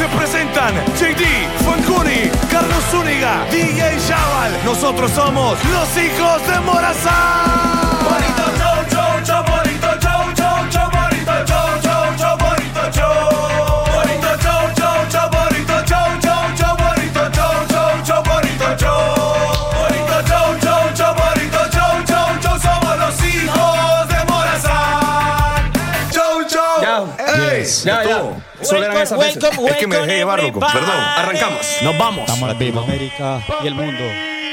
Se presentan JD, Fancuni, Carlos Zúñiga, DJ Chaval. Nosotros somos los hijos de Morazán. Bonito show, show, show, bonito show, show, show, bonito show, show, show, bonito show. Bonito show, show, show, bonito show, show, show, bonito show, show, show, bonito show. Bonito show, show, show, bonito show, show, show, somos los hijos de Morazán. Show, show. Ey, Ya. Solo eran esas veces. es que me dejé llevar, loco. Perdón, arrancamos. Nos vamos. Estamos en vivo. América y el mundo.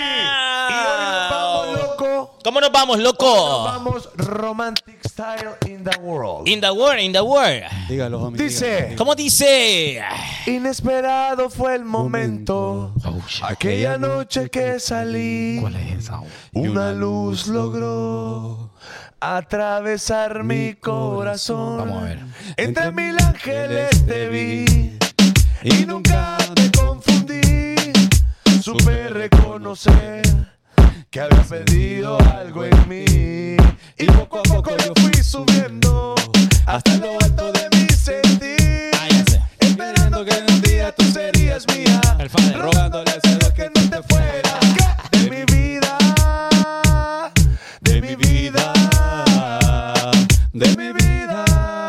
¿Cómo nos vamos, loco? Vamos romantic style in the world. In the world. Dígalo, homie. Dice, ¿Cómo dice? inesperado fue el momento. Aquella noche que salí. ¿Cuál es esa? Una luz logró atravesar mi corazón. Vamos a ver. Entre mil ángeles te vi y nunca te confundí. Supe reconocer que había perdido algo en mí. Y poco a poco yo fui subiendo hasta lo alto de mi sentir. Váyase. Esperando que un día tú serías mía. El fan. Rogándole al cielo que no te fuera de mi vida. De mi vida. De mi vida.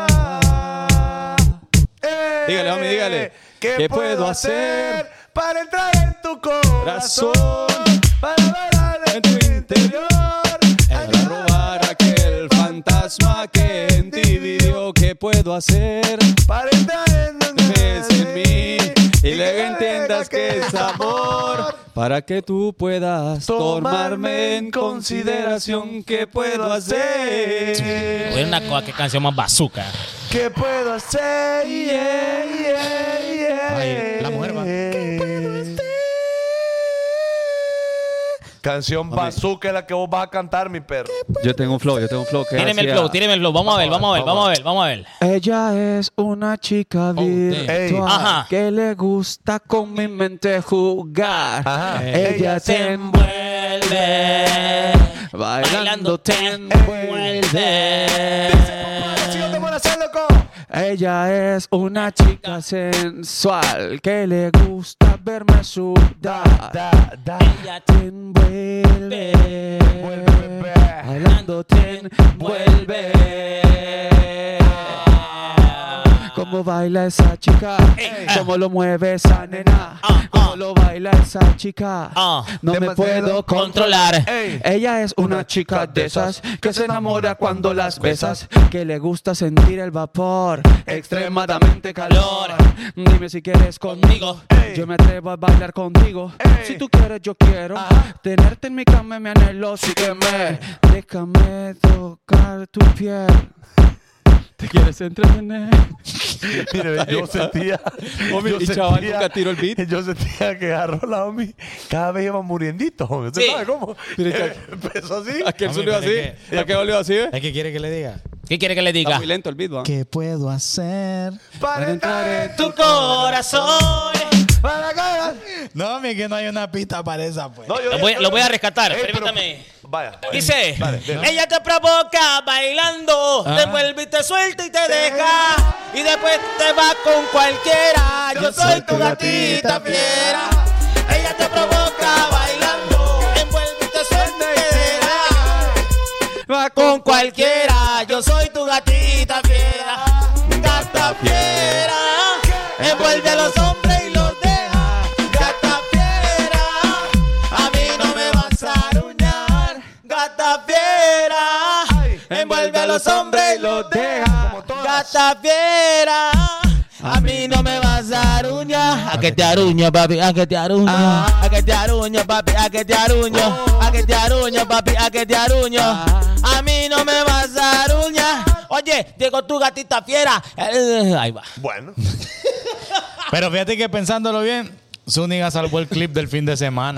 Dígale, homie, dígale. ¿Qué puedo hacer para entrar en tu corazón? Para bailar en tu interior. Para robar aquel fantasma que en ti vivió. ¿Qué puedo hacer? Para entrar en mí y luego entiendas que es amor. Para que tú puedas tomarme en consideración. ¿Qué puedo hacer? Oye, una cosa, qué canción más bazooka. ¿Qué puedo hacer? Ay, la mujer va. ¿Qué puedo hacer? Canción bazooka es la que vos vas a cantar, mi perro. Yo tengo un flow que Tíreme el flow. Vamos a ver. Ella es una chica virtual Ajá. que le gusta con mi mente jugar. Ajá. Ella te envuelve. bailando te envuelve. Ella es una chica sensual que le gusta verme sudar. Ella te envuelve, bailando te envuelve. Cómo baila esa chica, cómo lo mueve esa nena, cómo lo baila esa chica. No me puedo controlar. Ella es una chica de esas que se enamora cuando las besas, que le gusta sentir el vapor, extremadamente calor. Dime si quieres conmigo, yo me atrevo a bailar contigo. Si tú quieres, yo quiero tenerte en mi cama, me anhelo. Sígueme, déjame tocar tu piel. ¿Te quieres entretener? Mire, yo sentía. Y chaval nunca tiró el beat. Yo sentía que agarró la homie. Cada vez iba muriendito. ¿Usted sabe cómo? Empezó así. ¿A qué olió así? ¿A qué olió así? ¿Es que quiere que le diga? ¿Qué quiere que le Está diga? muy lento el beat, ¿va? ¿Qué puedo hacer? Para entrar en Tu corazón. Para acá. No, mi que no hay una pista para esa, pues. No, Lo voy a rescatar. pero- Permítame. Vaya. Dice, Dale. ella te provoca bailando, te envuelve y te suelta y te deja, y después te va con cualquiera. Yo soy tu gatita fiera. Ella te provoca bailando, te envuelve y te suelta y te deja, va con cualquiera. Yo soy tu gatita fiera, gata fiera. Envuelve a los hombres y los deja, gata fiera. A mí no me vas a aruñar, gata fiera. Envuelve a los hombres y los deja, gata fiera. A mí no me vas a aruñar. A que te aruño, papi, a que te aruño. A que te aruño, papi, a que te aruño. A que te aruño, papi, a que te aruño. A mí no me vas a aruñar. Oye, llegó tu gatita fiera. Ahí va. Bueno. Pero fíjate que pensándolo bien, Zúñiga salvó el clip del fin de semana.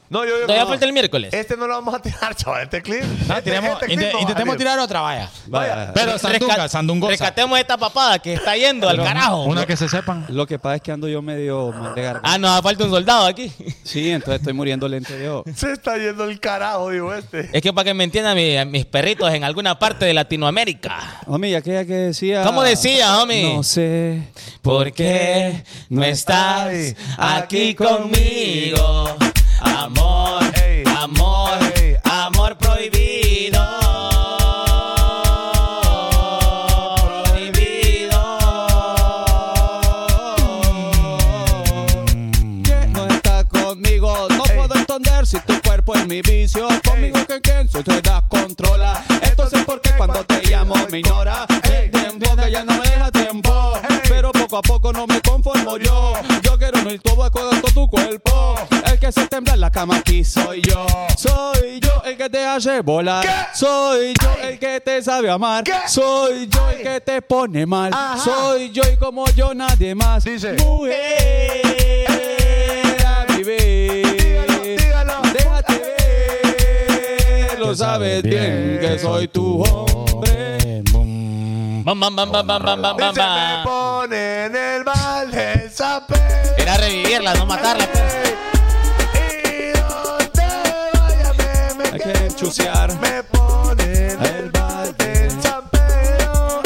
No, Todavía falta el miércoles. Este no lo vamos a tirar, chaval, este clip. No, intentemos tirar otra, vaya. Pero Sandungosa. Rescatemos esta papada que está yendo al carajo. Una que se sepan. Lo que pasa es que ando yo medio mal de garganta. Nos falta un soldado aquí. Sí, entonces estoy muriendo lento yo. Se está yendo el carajo, digo este. Es que para que me entiendan mis perritos en alguna parte de Latinoamérica. Homie, y aquella que decía... ¿Cómo decía, homie? No sé ¿Por qué no estás aquí conmigo? Amor, amor, amor prohibido. Prohibido. Que no está conmigo, no puedo entender si tu cuerpo es mi vicio. Conmigo que su edad controla. Entonces, ¿por qué cuando te llamo me ignora? El tiempo que ya no me deja tiempo. Pero poco a poco no me conformo yo. Yo quiero unir todo a todo tu cuerpo. El que se tembla en la cama aquí soy yo. Soy yo el que te hace volar. Soy yo el que te sabe amar. Soy yo el que te pone mal. Soy yo y como yo nadie más. Dice. Mujer, a vivir. Dígalo. Déjate ver. Lo sabes bien que soy tu hombre. Bam, bam, bam, bam, bam, bam, bam, Dice, bam. me pone en el mal del zapé. Era revivirla, no matarla. Y donde vaya me Hay que chusear. Me pone en el mal del zapeo.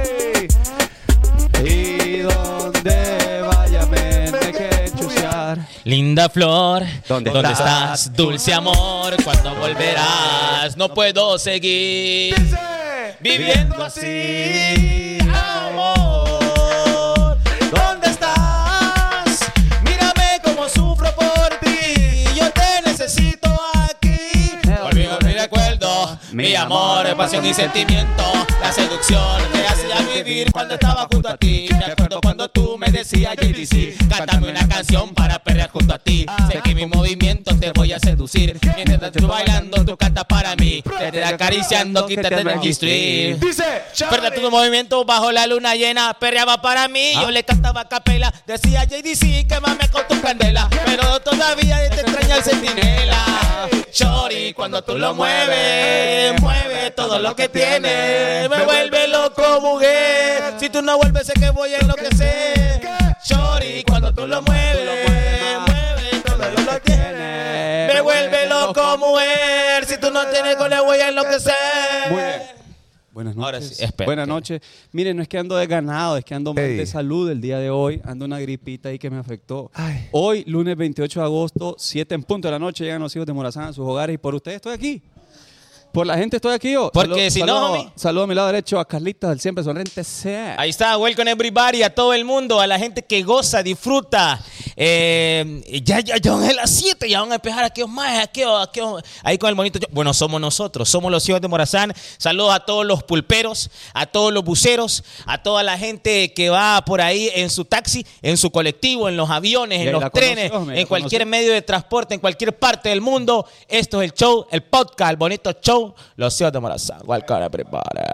Y donde vaya me hay que chusear. Linda flor, ¿Dónde estás? Dulce amor, ¿cuándo volverás? No puedo seguir viviendo así, amor. ¿Dónde estás? Mírame cómo sufro por ti. Yo te necesito aquí. Olvido mi recuerdo, mi amor, pasión y sentimiento. La seducción me hacía vivir cuando estaba junto a ti. Me acuerdo cuando tú me decías, JDC, cántame una canción para perrear junto a ti. Sé que mi movimiento te voy a seducir. Mientras tú bailando, tú cantas para mí. Te estoy acariciando, quítate del G-Street. Dice, Perder tu movimiento bajo la luna llena, perreaba para mí. Yo le cantaba a capela, decía JDC, quémame con tu candela. Pero todavía te extraña el centinela. Shorty, cuando tú lo mueves, mueve todo lo que tienes. Me vuelve loco, mujer. Si tú no vuelves, sé que voy a enloquecer. Shorty, cuando tú lo mueves, mueve todo lo que tienes. Me vuelve loco, mujer. Si tú no tienes con él, voy a enloquecer. Muy bien. Buenas noches. Ahora sí, espérate. Buenas noches. Miren, no es que ando desganado, es que ando mal Ey. de salud el día de hoy. Ando una gripita ahí que me afectó. Ay. Hoy, lunes 28 de agosto, 7 en punto de la noche, llegan los hijos de Morazán a sus hogares y por ustedes estoy aquí. Por la gente estoy aquí yo. Porque si no, homie. Saludo a mi lado derecho a Carlitos, del siempre sonriente C. Ahí está, welcome everybody, a todo el mundo, a la gente que goza, disfruta. Ya van a las 7, ya van a empezar aquí más, ahí con el bonito. Bueno, somos nosotros, somos los hijos de Morazán. Saludos a todos los pulperos, a todos los buceros, a toda la gente que va por ahí en su taxi, en su colectivo, en los aviones, en los trenes, en cualquier medio de transporte, en cualquier parte del mundo. Esto es el show, el podcast, el bonito show. Los hijos de Morazán. ¿Cuál cara prepara?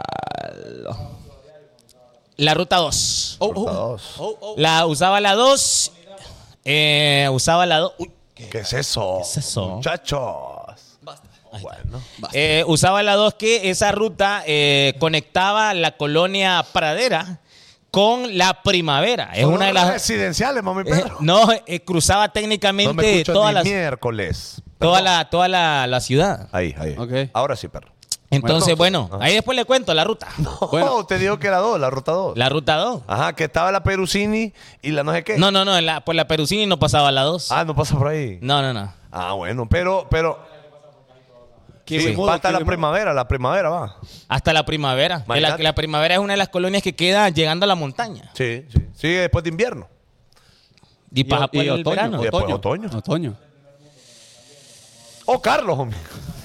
La ruta 2. Usaba la 2. Usaba la 2. ¿Qué es eso? ¿Qué es eso? Muchachos. Bueno. Usaba la 2 que esa ruta conectaba la colonia Pradera con la Primavera. Es Son una de las residenciales, mami Pedro. no, cruzaba No me técnicamente escucho todas ni las miércoles. toda Perdón. la ciudad. Ahí. Ok. Ahora sí, perro. Entonces, bueno, Ajá. ahí después le cuento la ruta. Bueno. Te digo que era 2, la ruta 2. La ruta 2. Ajá, que estaba la Perusini y la no sé qué. No, por la Perusini no pasaba la 2. Ah, no pasa por ahí. No. Ah, bueno, pero Qué sí, mudo, va hasta qué la mudo. primavera va. Hasta la Primavera. Que Imagínate. la Primavera es una de las colonias que queda llegando a la montaña. Sí. Sigue después de invierno. Y pasa por el otoño, verano. Y después otoño. Otoño. Oh, Carlos, hombre.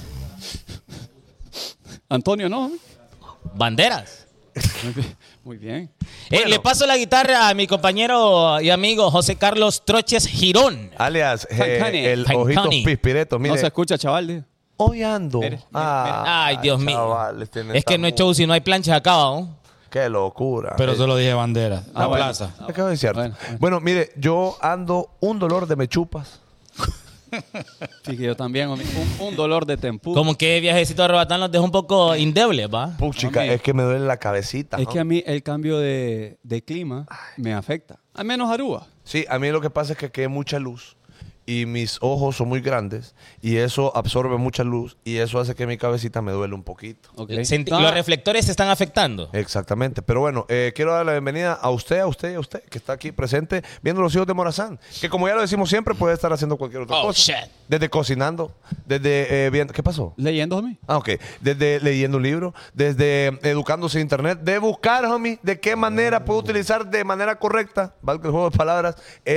Antonio, ¿no? Banderas. Muy bien. Bueno. Le paso la guitarra a mi compañero y amigo José Carlos Troches Girón. Alias, Fancani. el Fancani. ojito pispireto. Mire, No se escucha, chaval. Dice. hoy ando. Ay, Dios mío. Chavales, tienen Es que no hay esta show si no hay planchas acá, ¿no? Qué locura. Pero solo dije bandera. La bueno. plaza. Acabo de decir. Bueno. Bueno, mire, yo ando un dolor de mechupas. Sí, que yo también, un dolor de tempura. Como que viajecito a Roatán los deja un poco indebles, ¿va? Puchica, es que me duele la cabecita. Es ¿no? que a mí el cambio de clima me afecta. Al menos Aruba. Sí, a mí lo que pasa es que aquí hay mucha luz y mis ojos son muy grandes y eso absorbe mucha luz y eso hace que mi cabecita me duele un poquito. Okay. Los reflectores se están afectando. Exactamente. Pero bueno, quiero dar la bienvenida a usted que está aquí presente viendo Los Hijos de Morazán. Que como ya lo decimos siempre, puede estar haciendo cualquier otra cosa. Shit. Desde cocinando, desde viendo... ¿Qué pasó? ¿Leyendo, homie? Ah, ok. Desde leyendo un libro, desde educándose en internet, de buscar, homie, de qué manera puedo utilizar de manera correcta, valga el juego de palabras,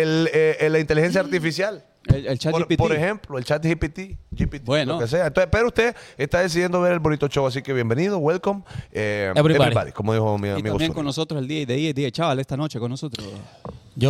la inteligencia artificial. El chat GPT. Por ejemplo, el chat GPT, Bueno. lo que sea. Entonces, pero usted está decidiendo ver el bonito show, así que bienvenido, welcome, everybody, como dijo mi Y amigo. también Zuri. con nosotros el DJ Chaval esta noche con nosotros. Yo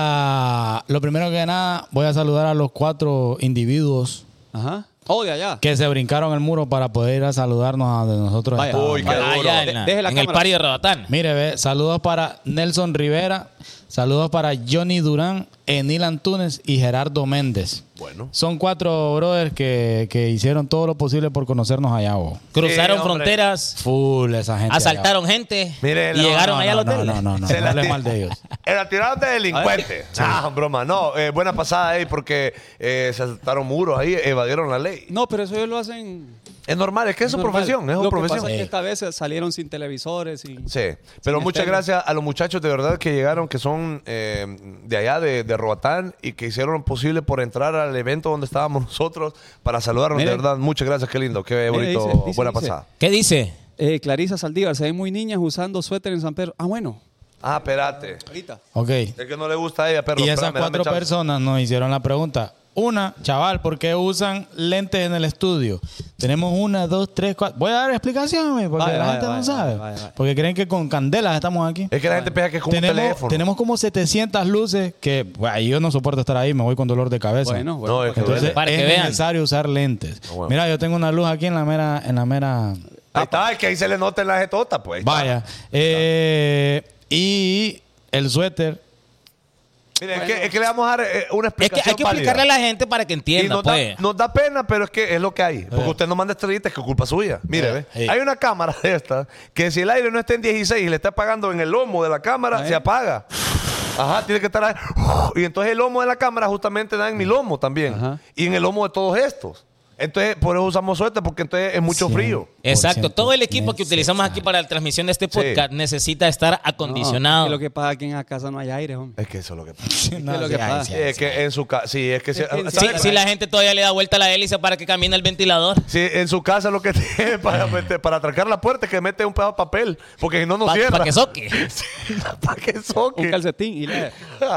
lo primero que nada, voy a saludar a los 4 individuos Ajá. Oh, de allá. que se brincaron el muro para poder ir a saludarnos a donde nosotros Vaya. estamos. Uy, qué Ah, duro. ya, Deje la en el cámara. party de Roatán. Mire, ve, saludos para Nelson Rivera, saludos para Johnny Durán, Enil Antunes y Gerardo Méndez. Bueno. Son 4 brothers que hicieron todo lo posible por conocernos allá, bo. Cruzaron Sí, hombre. fronteras, Full esa gente. asaltaron gente Mire, y no, llegaron allá al hotel. No Se la hable ti- mal de ellos. La tiraron de delincuente. Broma. No, buena pasada ahí porque se saltaron muros ahí, evadieron la ley. No, pero eso ellos lo hacen. Es normal, es que es su normal. profesión, es su Lo que profesión. pasa es que esta vez salieron sin televisores. Sin... Sí, pero Sin muchas estéreo. gracias a los muchachos de verdad que llegaron, que son de allá, de Roatán, y que hicieron lo posible por entrar al evento donde estábamos nosotros para saludarnos. Mire. De verdad, muchas gracias, qué lindo, qué Mire, bonito, dice, buena dice. pasada. ¿Qué dice? Clarisa Saldívar, se ven muy niñas usando suéter en San Pedro. Ah, bueno. Ah, espérate. Ahorita. Ok. Es que no le gusta a ella, pero Y esas espérame, dame 4 chance. personas nos hicieron la pregunta. Una, chaval, ¿por qué usan lentes en el estudio? Tenemos 1, 2, 3, 4. Voy a dar explicaciones porque Vaya, la vaya, gente no vaya, sabe. vaya. Porque creen que con candelas estamos aquí. Es que la gente piensa que es como un teléfono. Tenemos como 700 luces que bueno, yo no soporto estar ahí, me voy con dolor de cabeza. Bueno, No, es que Entonces duele. Para es que vean. necesario usar lentes. bueno. Mira, yo tengo una luz aquí en la mera. Ahí está, es que ahí se le nota en la jetota, pues. ahí está. Vaya. Y el suéter. Mire, es que le vamos a dar una Es que explicación hay que explicarle a la gente para que Y entienda, nos, pues. nos da pena, pero es que es lo que hay. Porque usted no manda estrellitas, que es culpa suya. Mire, ve. Sí. Hay una cámara de esta que si el aire no está en 16 y le está apagando en el lomo de la cámara, se apaga. Ajá, tiene que estar ahí. Y entonces el lomo de la cámara justamente da en mi lomo también. Ajá. Y en el lomo de todos estos. Entonces, por eso usamos suéter, porque entonces es mucho frío. Exacto. Todo el equipo que utilizamos aquí para la transmisión de este podcast necesita estar acondicionado. No, es que lo que pasa aquí en la casa no hay aire, hombre. Es que eso es lo que pasa. Es lo que pasa. Sí, es que en su casa. Sí, es que. que Sí, si la gente todavía le da vuelta a la hélice para que camine el ventilador. Sí, en su casa lo que tiene para atracar la puerta es que mete un pedazo de papel, porque si no, no cierra. Para que soque. Para que soque. Un calcetín y le...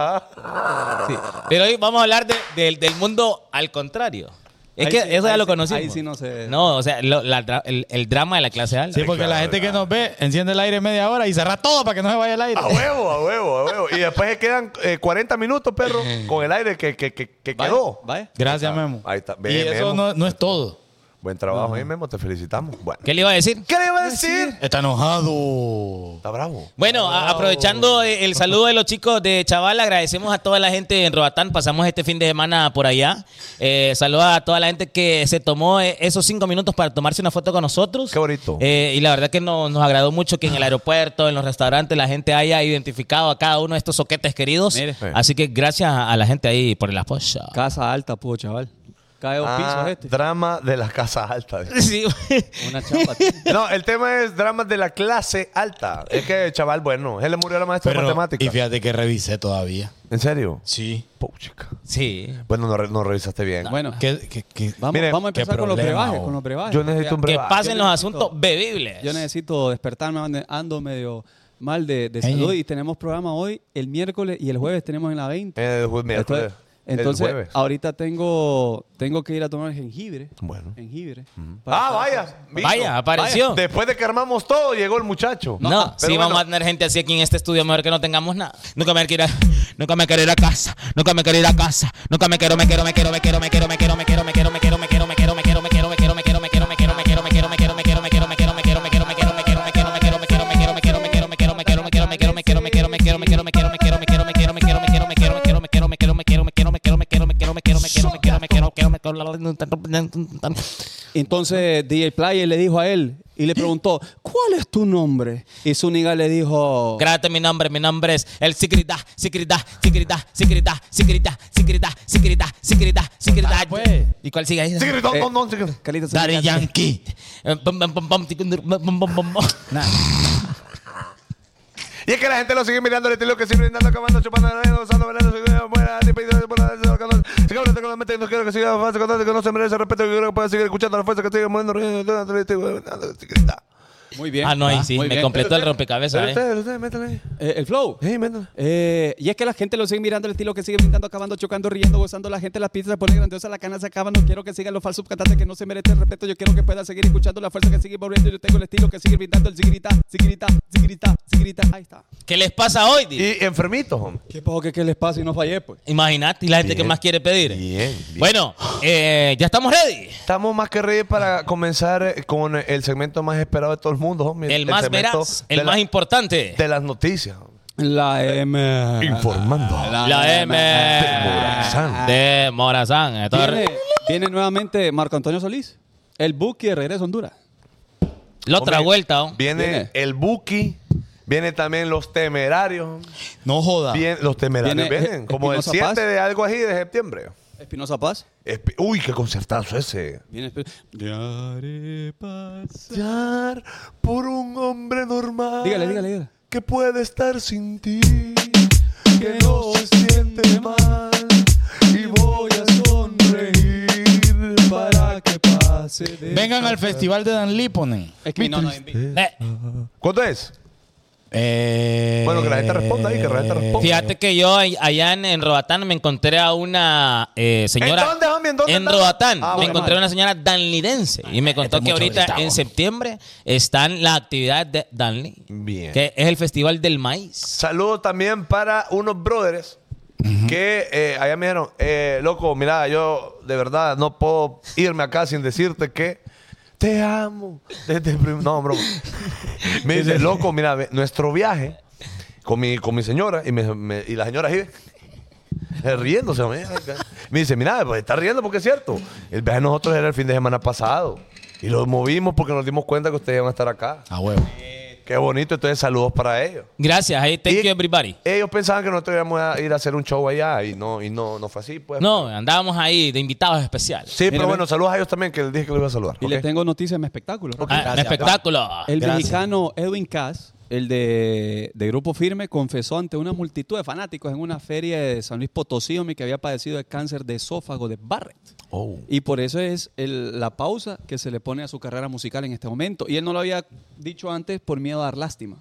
Pero hoy vamos a hablar del mundo al contrario. Es Ahí que sí, eso ya ahí lo sí, conocimos. ahí sí no sé. No, o sea, el drama de la clase alta. Sí, porque claro, la gente que nos ve enciende el aire media hora y cerra todo para que no se vaya el aire. A huevo, a huevo, a huevo. Y después se quedan 40 minutos, perro, con el aire que quedó. Vaya. Gracias, Memo. Ahí está. Y Bien, eso Memo. no es todo. Buen trabajo ahí, Memo. Te felicitamos. Bueno. ¿Qué le iba a decir? ¿Qué le iba a decir? Está enojado. Está bravo. Bueno, aprovechando el saludo de los chicos de Chaval, agradecemos a toda la gente en Roatán. Pasamos este fin de semana por allá. Saludos a toda la gente que se tomó esos 5 minutos para tomarse una foto con nosotros. Qué bonito. Y la verdad que nos agradó mucho que en el aeropuerto, en los restaurantes, la gente haya identificado a cada uno de estos soquetes queridos. Mire. Así que gracias a la gente ahí por el apoyo. Casa alta, pudo, chaval. Cae 2 pisos este. Drama de la casa alta. Sí. Una chapa. tío. No, el tema es dramas de la clase alta. Es que, chaval, bueno, él le murió a la maestra de Y matemáticas. fíjate que revisé todavía. ¿En serio? Sí. Puchica. Sí. Bueno, no revisaste bien. Bueno, Mire, vamos a empezar qué con los problema, brebajes. oh. Con los brebajes. Yo necesito un Que brebaje. pasen los necesito- asuntos bebibles. Yo necesito despertarme, ando medio mal de salud y tenemos programa hoy, el miércoles y el jueves tenemos en la 20. Miércoles. Entonces, El jueves. ahorita tengo que ir a tomar jengibre. Bueno. Jengibre. Vaya. vino. Vaya, apareció. Después de que armamos todo, llegó el muchacho. No, pero sí, bueno. vamos a tener gente así aquí en este estudio, mejor que no tengamos nada. Nunca me quiero ir a casa. Nunca me quiero ir a casa. Nunca me quiero. Entonces DJ Player le dijo a él y le preguntó, ¿cuál es tu nombre? Y Zúñiga le dijo... Gracias, mi nombre es el Sigrita. pues. ¿Y cuál sigue ahí? Carlitos Daddy Zúñiga. Yankee. Y es que la gente lo sigue mirando el estilo que sigue brindando, acabando, chupando, gozando, bailando, no quiero que siga fácil, que no se merece respeto, que creo que pueda seguir escuchando la fuerza que sigue moviendo. Muy bien. Ah, no, ahí sí, muy me bien. completó el rompecabezas. Usted, métale ahí. El flow. Sí, métale. Y es que la gente lo sigue mirando el estilo que sigue brindando, acabando, chocando, riendo, gozando. La gente las pistas se pone grandiosa, la cana se acaba. No quiero que sigan los falsos cantantes que no se merecen respeto. Yo quiero que pueda seguir escuchando la fuerza que sigue volviendo. Yo tengo el estilo que sigue brindando el sigrita. Ahí está. ¿Qué les pasa hoy, tío? Y enfermitos, hombre. ¿Qué pasó? ¿Qué les pasa y no fallé, pues? Imagínate, y la gente que Bien. más quiere pedir. Bien. Bueno, ya estamos ready. Estamos más que ready para comenzar con el segmento más esperado de todo el mundo, hombre. El más segmento veraz, el de más importante. de las noticias. La M. Informando. La M Morazán. de Morazán. Entonces, Viene nuevamente Marco Antonio Solís, el Buki de Regreso a Honduras. la otra Hombre, vuelta. ¿Oh? Viene el Buki. Viene también los temerarios. No joda. Los temerarios Viene vienen. Como el Espinosa 7 Paz. de algo así de septiembre. Espinosa Paz. Uy, qué concertazo ese. Viene Ya haré pasar. Pasar por un hombre normal. Dígale. Que puede estar sin ti. Que no se siente mal. Y voy a sonreír para que pase de Vengan al festival de Dan Liponen. Es que no ¿Cuánto es? Bueno, que la gente responda ahí, que la gente responda. Fíjate que yo allá en Roatán me encontré a una señora. ¿En dónde, homie? ¿En dónde En está? Roatán. Ah, me bueno. encontré a una señora danlidense. Y me contó que mucho ahorita ahorita, en hombre. septiembre están las actividades de Danli. Bien. Que es el festival del maíz. Saludos también para unos brothers que allá me dijeron, loco, mira, yo de verdad no puedo irme acá sin decirte que te amo. No, bro. Me dice, loco, mira, nuestro viaje con mi señora y la señora ahí riéndose. Me dice, mira, pues está riendo porque es cierto. El viaje de nosotros era el fin de semana pasado y lo movimos porque nos dimos cuenta que ustedes iban a estar acá. A huevo. Qué bonito, entonces saludos para ellos. Gracias. Hey, thank Y you everybody. Ellos pensaban que nosotros íbamos a ir a hacer un show allá y no fue así, pues. No, andábamos ahí de invitados especiales. Sí, pero Mira, bueno, saludos a ellos también, que les dije que los iba a saludar. Y ¿ok? les tengo noticias en mi espectáculo. Un gracias. espectáculo. El Gracias. mexicano Edwin Cass, el de Grupo Firme, confesó ante una multitud de fanáticos en una feria de San Luis Potosí hombre, que había padecido de cáncer de esófago de Barrett. Oh. Y por eso es la pausa que se le pone a su carrera musical en este momento. Y él no lo había dicho antes por miedo a dar lástima.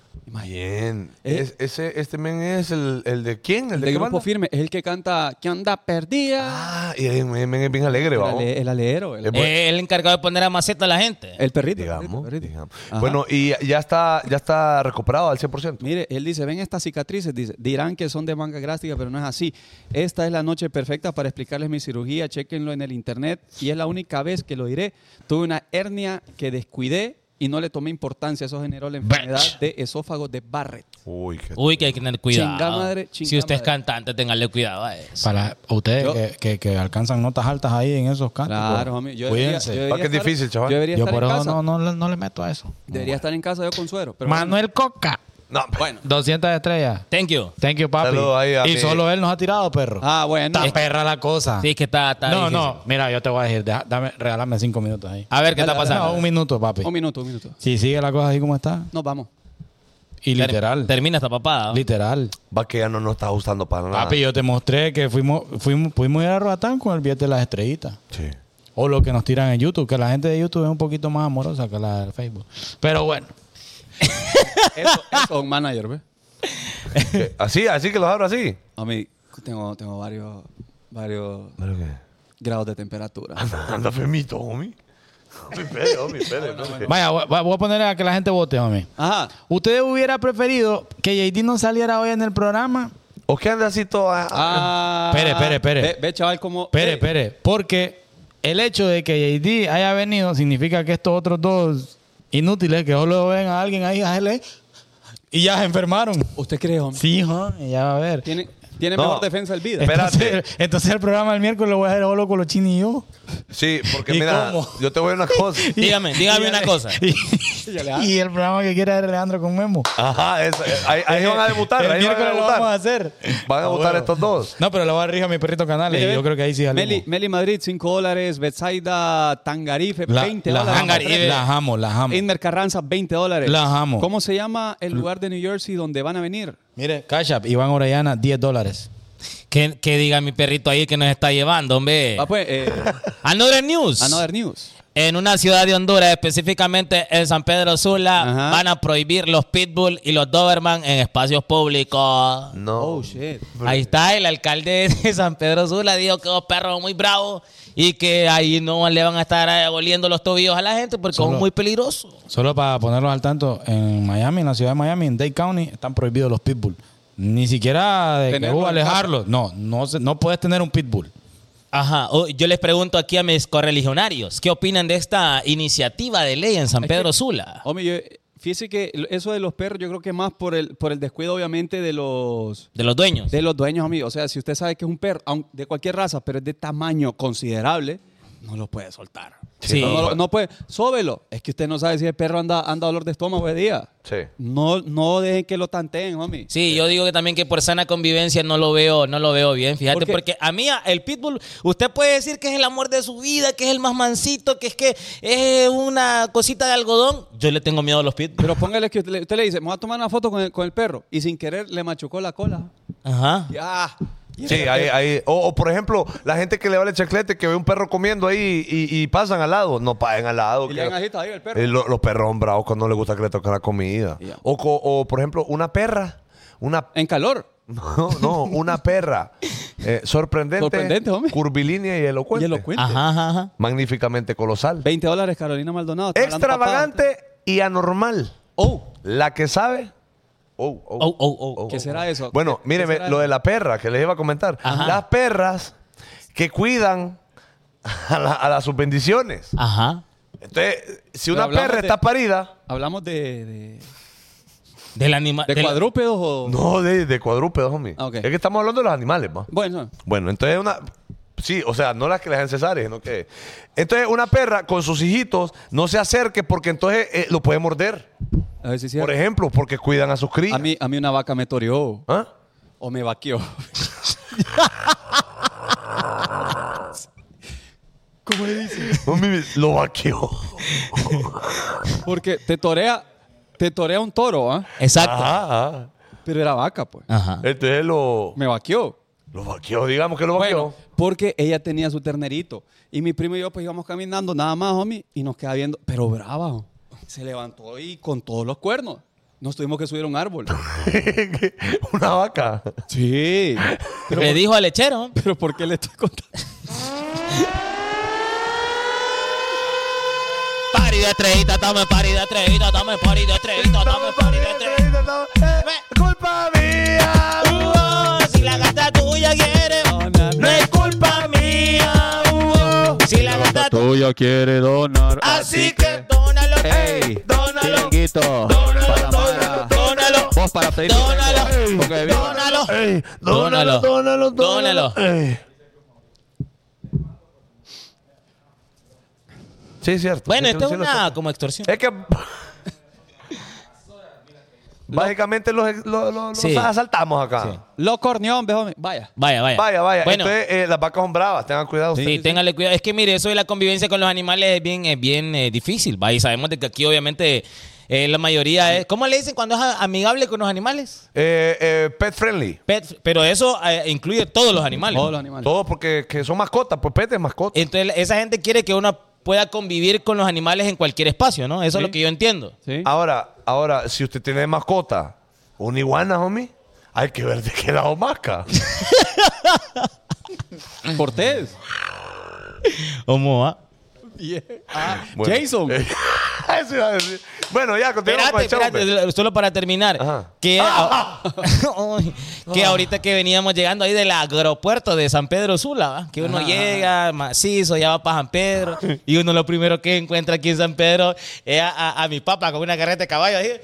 Bien. Este men es el de quién? El de qué Grupo banda? Firme es el que canta ¿Qué anda perdida? Ah, y el men es bien alegre, vamos. El alero. El El encargado de poner a maceta a la gente. perrito. Digamos. el perrito. digamos. Ajá. Bueno, y ya está recuperado al 100%. Mire, él dice, ven estas cicatrices, dice, dirán que son de manga gástrica, pero no es así. Esta es la noche perfecta para explicarles mi cirugía, chéquenlo en el internet y es la única vez que lo diré. Tuve una hernia que descuidé y no le tomé importancia, eso generó la enfermedad de esófago de Barrett. Uy, qué... Uy, que hay que tener cuidado. Chinga madre, si chinga usted es madre. cantante, téngale cuidado a eso. Para ustedes que alcanzan notas altas ahí en esos cantos. Claro, homie, yo debería, Cuídense. yo debería que es estar- difícil, chaval. Yo debería Yo estar por en eso casa. no le meto a eso. Debería estar en casa yo con suero. Pero Manuel Coca. No, Bueno. 200 estrellas. Thank you. Thank you, papi. Saludos ahí a Y mi- solo él nos ha tirado, perro. Ah, bueno. Está perra la cosa. Sí, es que está no, difícil. no. Mira, yo te voy a decir. Regálame 5 minutos ahí. A ver qué está Dale, pasando. No, un minuto, papi. Un minuto. Si sigue la cosa así como está. Nos vamos. Y literal. Termina esta papada. ¿no? Literal. va que ya no nos está gustando para nada. Papi, yo te mostré que pudimos ir a Roatán con el billete de las estrellitas. Sí. O lo que nos tiran en YouTube, que la gente de YouTube es un poquito más amorosa que la de Facebook. Pero bueno. Eso es un manager, ¿ves? ¿Qué? Así que los abro así. A mí tengo varios ¿Pero qué? grados de temperatura. Anda femito, homie. Espere. Vaya, voy a poner a que la gente vote, homie. Ajá. ¿Usted hubiera preferido que JD no saliera hoy en el programa? ¿O qué anda así todo? Espere. Ve, chaval, como... Espere. Porque el hecho de que JD haya venido significa que estos otros dos inútiles que solo ven a alguien ahí, y ya se enfermaron. ¿Usted cree, hombre? Sí, homie, ya va a ver. Tiene No. mejor defensa el vida. Espérate. Entonces el programa del miércoles lo voy a hacer solo con los chinos y yo. Sí, porque ¿Y mira, cómo? yo te voy a una cosa. Dígame una cosa. Y el programa que quiera es Alejandro con Memo. Ajá, ahí van a debutar. El Ahí van a miércoles lo vamos a debutar. hacer. Van a debutar estos dos. No, pero le voy a rija a mi perrito Canales y yo creo que ahí sí salimos. Meli Madrid, $5. Betsaida Tangarife, $20. Las amo. Inmer Carranza, $20. Las amo. ¿Cómo se llama el lugar de New Jersey donde van a venir? Mire, Cash App, Iván Orellana, $10. Que diga mi perrito ahí que nos está llevando, hombre. Another News. Another News. En una ciudad de Honduras, específicamente en San Pedro Sula, Ajá. van a prohibir los Pitbull y los Doberman en espacios públicos. No. Oh, shit. Ahí está, el alcalde de San Pedro Sula dijo que los perros son muy bravos y que ahí no le van a estar oliendo los tobillos a la gente porque son muy peligrosos. Solo para ponerlos al tanto, en Miami, en la ciudad de Miami, en Dade County, están prohibidos los pitbull. Ni siquiera de que Tenerlo en alejarlos. No puedes tener un pitbull. Ajá, yo les pregunto aquí a mis correligionarios, ¿qué opinan de esta iniciativa de ley en San Pedro Sula? Hombre, fíjese que eso de los perros, yo creo que más por el descuido, obviamente, de los Dueños. dueños, amigo. O sea, si usted sabe que es un perro de cualquier raza, pero es de tamaño considerable, no lo puede soltar. Sí. No puede. Sóbelo. Es que usted no sabe si el perro anda dolor de estómago de día. Sí. No dejen que lo tanteen, homie. Sí, yo digo que también que por sana convivencia no lo veo bien, fíjate, ¿Por qué? porque a mí el pitbull, usted puede decir que es el amor de su vida, que es el más mansito, que es una cosita de algodón. Yo le tengo miedo a los pitbull. Pero póngale que usted le dice, me voy a tomar una foto con el perro, y sin querer le machucó la cola. Ajá. Ya. Sí, ahí. O por ejemplo, la gente que le vale chaclete, que ve un perro comiendo ahí y pasan al lado. No paguen al lado. Y le dan agita ahí al perro. Los perros son bravos cuando no les gusta que le toquen la comida. Ya. O por ejemplo, una perra. En calor. No, una perra. Sorprendente, hombre. curvilínea y elocuente. Y elocuente. Ajá. Magníficamente colosal. $20, Carolina Maldonado. Está hablando Extravagante y anormal. Oh. La que sabe. ¿Qué será eso? Bueno, ¿Qué míreme, será lo eso? de la perra que les iba a comentar. Ajá. Las perras que cuidan a las sus bendiciones. Ajá. Entonces, si Pero una hablamos perra de- está parida, ¿Hablamos de Del animal. cuadrúpedos o...? no de cuadrúpedos, homie. Ah, ok. Es que estamos hablando de los animales, más. Bueno, Bueno, entonces sí, o sea, no las que les hacen cesáreas, sino que... Entonces, una perra con sus hijitos no se acerque porque entonces lo puede morder. a ver si es Por cierto. ejemplo, porque cuidan a sus crías. A mí una vaca me toreó. ¿Ah? O me vaqueó. ¿Cómo le dice? Homie, lo vaqueó. Porque te torea un toro, ¿ah? Exacto. Ajá. Pero era vaca, pues. Ajá. Entonces Me vaqueó. lo vaqueó, digamos que lo vaqueó. Bueno, porque ella tenía su ternerito. Y mi primo y yo pues íbamos caminando nada más, homie, y nos queda viendo. Pero brava, homie. Se levantó y con todos los cuernos. Nos tuvimos que subir a un árbol. Una vaca. Sí. Le dijo al lechero. Pero ¿por qué le estoy contando? Pari de estrellita, dame pari de estrellita, dame pari de estrellita, dame pari de estrellita. Culpa mía. Si la gata tuya quiere, no es culpa mía. Si la gata Tuya quiere donar. así que dónalo. ¡Ey! Dónalo. Chiquito. Dónalo. Para. Dónalo. Vos para pedir. Dónalo. Porque Dónalo. Ey, dónalo, Dónalo. dónalo. Dónalo. Ey. Sí, es cierto. Bueno, Sí, esto sí es lo una sé. como extorsión. Es que... Básicamente los Sí. asaltamos acá. Lo corneón, homie. Vaya. Vaya. Vaya. Bueno, Entonces, las vacas son bravas. Tengan cuidado sí, ustedes. téngale cuidado. Es que mire, eso de la convivencia con los animales es bien difícil. ¿Va? Y sabemos de que aquí obviamente la mayoría es... ¿Cómo le dicen cuando es amigable con los animales? Pet friendly. Pero eso incluye todos los animales. Todos los animales. Todo porque que son mascotas. Pues pet es mascota. Entonces esa gente quiere que uno pueda convivir con los animales en cualquier espacio, ¿no? Eso Sí. es lo que yo entiendo. Sí. Ahora, si usted tiene mascota, una iguana, homie, hay que ver de qué lado masca. Cortés. ¿Cómo va? Ah, Bueno. Jason. Eso iba a decir. Bueno, ya, continuamos con el show. Espérate, solo para terminar. Ajá. Que ahorita que veníamos llegando ahí del aeropuerto de San Pedro Sula, ¿va? Que uno llega macizo, ya va para San Pedro, y uno lo primero que encuentra aquí en San Pedro es a mi papá con una carreta de caballo ahí.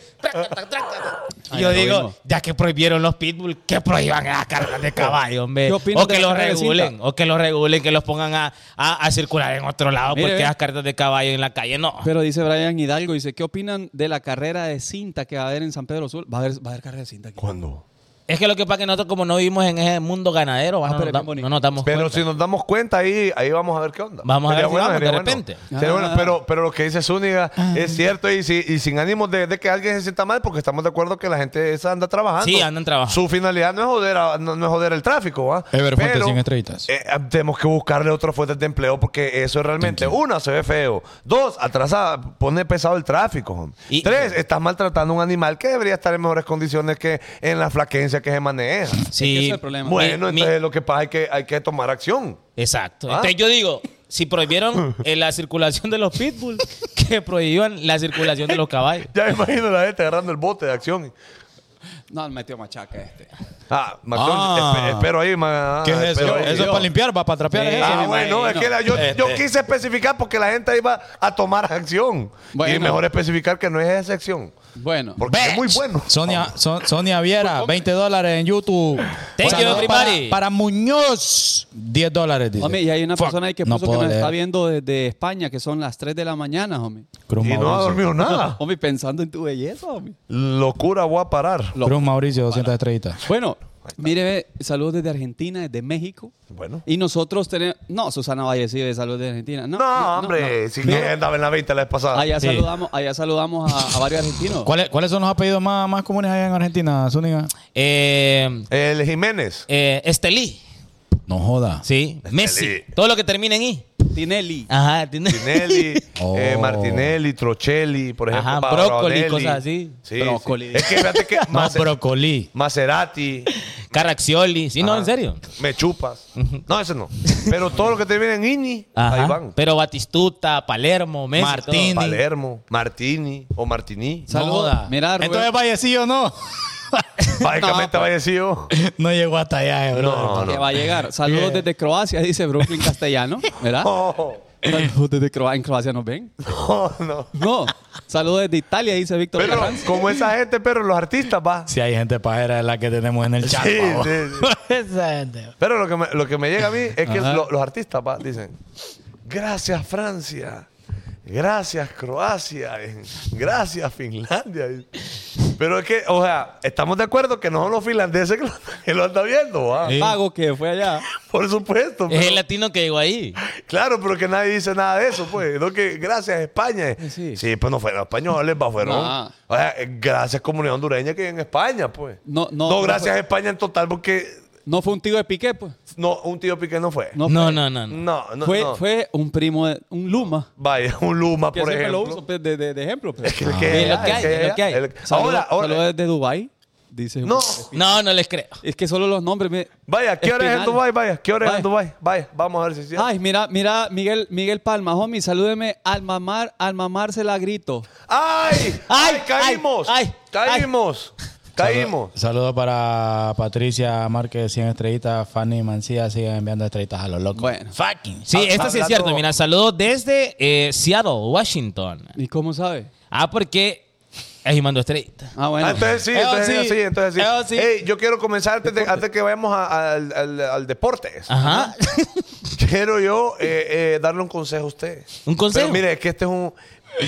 Y yo digo, ya que prohibieron los pitbull, que prohíban las carretas de caballo, hombre. O que los regulen, que los pongan a circular en otro lado, Mire, porque las carretas de caballo en la calle no. Pero dice Brian Hidalgo, dice, ¿qué opinan de la carrera de cinta que va a haber en San Pedro Sur? Va a haber carrera de cinta aquí. ¿Cuándo? Es que lo que pasa es que nosotros como no vivimos en ese mundo ganadero, no nos damos Pero cuenta. si nos damos cuenta, ahí vamos a ver qué onda. Vamos a ver si vamos, sería de repente. Sería bueno, pero lo que dice Zúñiga es cierto y sin ánimos de que alguien se sienta mal, porque estamos de acuerdo que la gente esa anda trabajando. Sí, andan trabajando. Su finalidad no es joder el tráfico, ¿va? Ever Fuentes, Pero 100 estrellitas. Tenemos que buscarle otras fuentes de empleo porque eso es realmente, una, se ve feo. Dos, atrasa, pone pesado el tráfico. Y- Tres, estás maltratando a un animal que debería estar en mejores condiciones que en la flaquencia que se maneja. Sí. Ese es el problema. Bueno, entonces lo que pasa es que hay que tomar acción. Exacto. ¿Ah? Entonces yo digo, si prohibieron la circulación de los pitbull, que prohíban la circulación de los caballos. Ya me imagino la gente agarrando el bote de acción. No, metió machaca este. Espero ahí. ¿Qué es eso? espero ahí. Eso es para limpiar, para trapear. Sí. ¿Es eso? Bueno, es que yo quise especificar porque la gente iba a tomar acción. Bueno. Y mejor especificar que no es esa acción. Bueno. Porque es muy bueno. Sonia Viera, $20 en YouTube. Thank you, everybody. Para Muñoz, $10, dice. Homie, y hay una Fuck, persona ahí que no puso que puedo nos está leer. viendo desde España, que son las 3 de la mañana, homie. Cruz Y no ha Mauricio. dormido nada. Homie, pensando en tu belleza, homie. Locura, voy a parar. Cruz Mauricio, 200 estrellitas. Bueno, mire, ve, saludos desde Argentina, desde México. Bueno. Y nosotros tenemos... No, Susana Valle sí de saludos de Argentina. No, hombre. no. Si que andaba en la 20 la vez pasada. Allá Sí. saludamos a varios argentinos. ¿Cuáles son los apellidos más comunes allá en Argentina, Zúñiga? El Jiménez. Estelí. No joda. Sí. Messi. Todo lo que termine en I. Tinelli. Ajá. Tiene... Tinelli, Oh. Martinelli, Trocelli, por ejemplo. Ajá, Brócoli, brócoli, cosas así. Sí, Brócoli. sí. Es que fíjate que No, brócoli. Maserati, Caraccioli. Sí, no, Ajá. en serio. me chupas. No, ese no. Pero todo lo que termina en Ini, Ajá. ahí van. Pero Batistuta, Palermo, Messi. Martín. todo. Palermo, Martini o Martini. Saludos. joda. Mira, Rubén. Entonces falleció, ¿no? Básicamente fallecido. No llegó hasta allá, bro. No, que no. va a llegar. Saludos desde Croacia, dice Brooklyn Castellano. ¿Verdad? No, Saludos desde Croacia. ¿En Croacia nos ven? no. No. Saludos desde Italia, dice Víctor Pero Carranza. como esa gente, pero los artistas, va. Si hay gente pajera de la que tenemos en el chat. Sí, pavo. sí, sí. Esa gente. Pero lo que me llega a mí es que Ajá. los artistas dicen, gracias Francia, gracias Croacia, gracias Finlandia. Pero es que, o sea, estamos de acuerdo que no son los finlandeses que lo andan viendo, ¿va? Sí. Pago que fue allá. Por supuesto. Es pero- el latino que llegó ahí. claro, pero que nadie dice nada de eso, pues. No que gracias España. Sí. Sí, pues no fueron españoles, fueron. No. O sea, gracias comunidad hondureña que hay en España, pues. No gracias fue- España en total, porque No fue un tío de Piqué, pues. no, un tío Piqué no fue. No, No, fue. no, no. No. Fue un primo, un Luma. Vaya, un Luma, Que por siempre ejemplo. lo uso pues, de ejemplo. Pues. Que Es lo que hay. Saludos Ahora, desde Dubái. Dice. no. No, no les creo. Es que solo los nombres. Vaya, ¿qué hora es en Espinal. Dubái? Vaya, ¿qué hora es en Vaya. Dubái? Vaya, vamos a ver si es cierto. Ay, mira, Miguel Palma, homie, salúdeme al mamar se la grito. ¡Ay! ¡Ay! ¡Caímos! ay, ¡Caímos! ¡Caímos! Saludos para Patricia Márquez, 100 estrellitas. Fanny Mancía, siguen enviando estrellitas a los locos. Bueno. Fucking. Sí, esto sí es hablando- cierto. Mira, saludos desde Seattle, Washington. ¿Y cómo sabe? Porque ahí mandó estrellitas. Ah, bueno. Entonces sí, entonces sí. Eso sí. Ey, yo quiero comenzar antes que vayamos al deporte. Ajá. Quiero yo darle un consejo a usted. ¿Un consejo? Pero mire, es que este es un...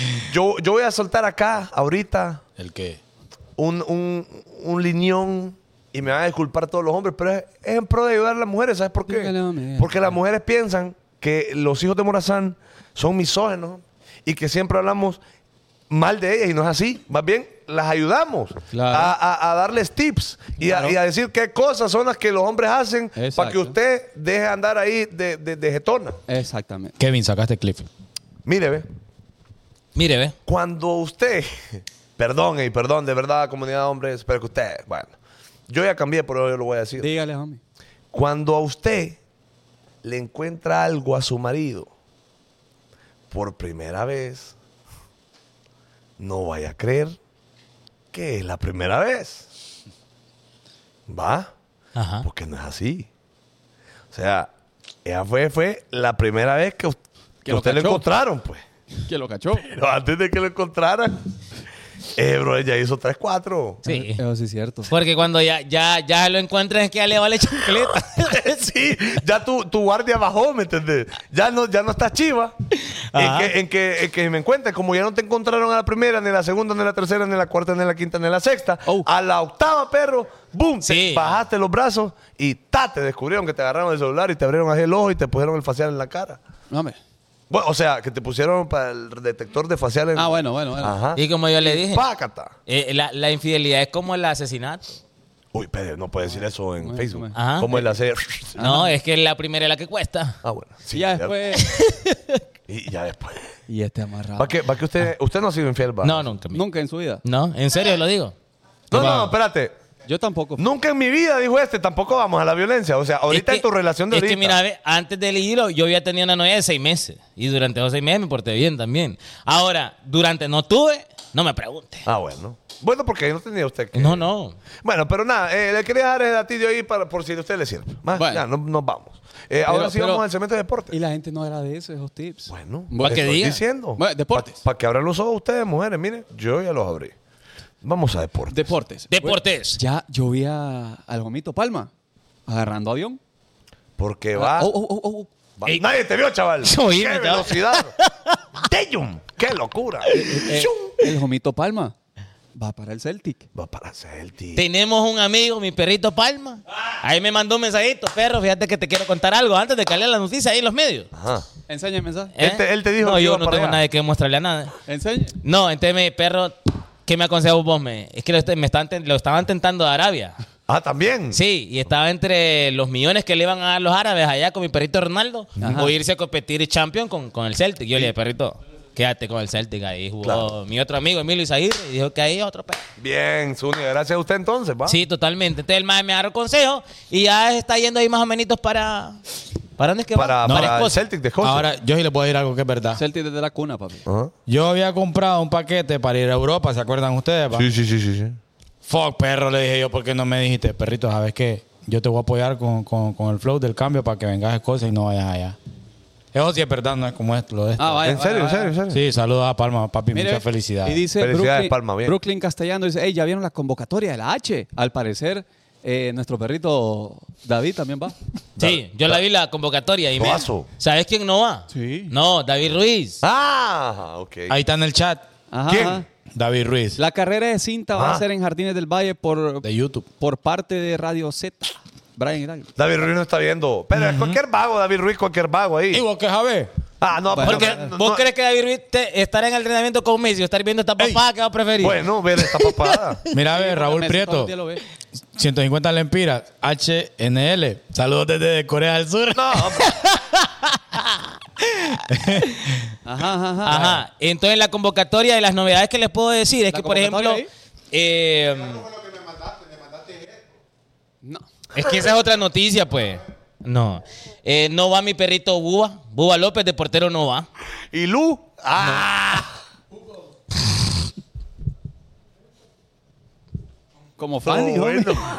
Yo voy a soltar acá, ahorita, ¿El qué? un liñón y me van a disculpar todos los hombres, pero es en pro de ayudar a las mujeres. ¿Sabes por qué? Dígale, hombre. Porque las mujeres piensan que los hijos de Morazán son misógenos y que siempre hablamos mal de ellas y no es así. Más bien, las ayudamos Claro. a darles tips y a decir qué cosas son las que los hombres hacen para Exacto. que usted deje de andar ahí de jetona. Exactamente. Kevin, sacaste clip. Mire, ve. Mire, ve. Cuando usted, perdón, de verdad, comunidad de hombres, pero que usted, bueno, yo ya cambié, pero yo lo voy a decir. Dígale, homie. Cuando a usted le encuentra algo a su marido por primera vez, no vaya a creer que es la primera vez. ¿Va? Ajá. Porque no es así. O sea, ella fue la primera vez que Que lo usted lo cachó. encontraron, pues. Que lo cachó. Pero antes de que lo encontraran, bro, ella hizo 3-4. Sí. Eso sí es cierto. Porque cuando ya lo encuentran es que ya le vale chancleta. Sí, ya tu guardia bajó, ¿me entendés? Ya no estás chiva. Ajá. En que me encuentres, como ya no te encontraron a la primera, ni a la segunda, ni a la tercera, ni a la cuarta, ni a la quinta, ni a la sexta, Oh. a la octava, perro, ¡boom! Sí. Te bajaste los brazos y te descubrieron que te agarraron el celular y te abrieron así el ojo y te pusieron el facial en la cara. No, hombre. Bueno, o sea, que te pusieron para el detector de facial en... Ah, bueno. Ajá. Y como yo le dije, ¡Pácata! la infidelidad es como el asesinato. Uy, pero no puedes decir eso en Facebook. bueno. Ajá. Como el hacer... No, es que la primera es la que cuesta. Ah, bueno. Sí, Y ya cierto. después. Y ya después. Y este amarrado. Va que usted no ha sido infiel, va. No, nunca. Nunca en su vida. No, en serio lo digo. No, espérate. Yo tampoco. Nunca en mi vida, dijo tampoco vamos a la violencia. O sea, ahorita Es en tu relación de es ahorita. que mira, ve, antes del hilo yo había tenido una novia de 6 meses. Y durante esos 6 meses me porté bien también. Ahora, durante no tuve, no me pregunte. Ah, bueno. Bueno, porque no tenía usted que... No. Bueno, pero nada, le quería dar el datillo ahí por si a usted le sirve. Más, Bueno. ya, nos vamos. Ahora sí vamos al segmento de deportes. Y la gente no agradece esos tips. Bueno, ¿Para qué estoy diga? diciendo. Bueno, deportes. Para que abran los ojos ustedes, mujeres. Miren, yo ya los abrí. Vamos a deportes. Deportes. Deportes. Ya yo vi al Gomito Palma agarrando avión. Porque va... Oh. va- Ey. Nadie te vio, chaval. Oíme, ¡Qué chaval. velocidad! ¡Damn! ¡Qué locura! El Gomito Palma va para el Celtic. Va para Celtic. Tenemos un amigo, mi perrito Palma. Ahí me mandó un mensajito. Perro, fíjate que te quiero contar algo antes de que lea la noticia ahí en los medios. Ajá. Enseña el mensaje. Él te dijo No, que yo iba no para tengo allá. nada que mostrarle a nada. Enseña. No, entonces, perro, ¿qué me aconsejó vos? Es que lo estaban tentando de Arabia. Ah, también. Sí, y estaba entre los millones que le iban a dar los árabes allá con mi perrito Ronaldo Ajá. o irse a competir Champions con el Celtic. Yo le dije, perrito, quédate con el Celtic. Ahí jugó Claro. mi otro amigo, Emilio Izaguirre, y dijo que ahí es otro perro. Bien, Zúñiga. Gracias a usted entonces, ¿va? Sí, totalmente. Entonces el maestro me agarró consejo y ya está yendo ahí más o menos para... ¿Para dónde es que va? Para el Escocia. Celtic de Escocia. Ahora, yo sí le puedo decir algo que es verdad. Celtic desde la cuna, papi. Ajá. Yo había comprado un paquete para ir a Europa, ¿se acuerdan ustedes? Pa? Sí. Fuck, perro, le dije yo, ¿por qué no me dijiste? Perrito, ¿sabes qué? Yo te voy a apoyar con el flow del cambio para que vengas a Escocia y no vayas allá. Eso sí es verdad, no es como esto, lo de esto. Ah, vaya, ¿En serio? vaya, ¿En vaya. serio? Sí, saludos a Palma, papi, Mire, muchas felicidades. Y dice Felicidades, Brooklyn, Palma, bien. Brooklyn Castellano dice, hey, ¿ya vieron la convocatoria de la H? Al parecer, nuestro perrito David también va. Sí, yo la vi la convocatoria y me... Toazo. ¿Sabes quién no va? Sí. No, David Ruiz. Ah, ok. Ahí está en el chat, Ajá, ¿Quién? ajá. David Ruiz, La carrera de cinta va Ah. a ser en Jardines del Valle de YouTube. por parte de Radio Z. Brian Hidalgo. David Ruiz no está viendo. Pero es cualquier vago, David Ruiz, cualquier vago ahí. ¿Y vos qué sabés? Ah, no, Bueno, Porque no, vos no. crees que David Ruiz estará en el entrenamiento con Messi o estar viendo esta papada que va a preferir. Bueno, ver esta papada. Mira, a ver, Raúl Messi todos Prieto, los días lo ve. 150 lempiras, HNL. Saludos desde Corea del Sur. No, Ajá. Ajá. Entonces la convocatoria de las novedades que les puedo decir es ¿La que, por ejemplo, convocatoria No. es que esa es otra noticia, pues. No. No va mi perrito Buba López, de portero no va. ¿y Lu? Ah. Como Fanny, No, hombre. bueno.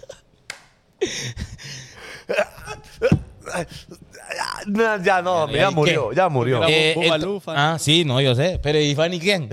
No, ya no, ¿Y ya qué? murió, ya murió. Bubalú, Fanny. Ah, sí, no, yo sé. Pero ¿y Fanny quién?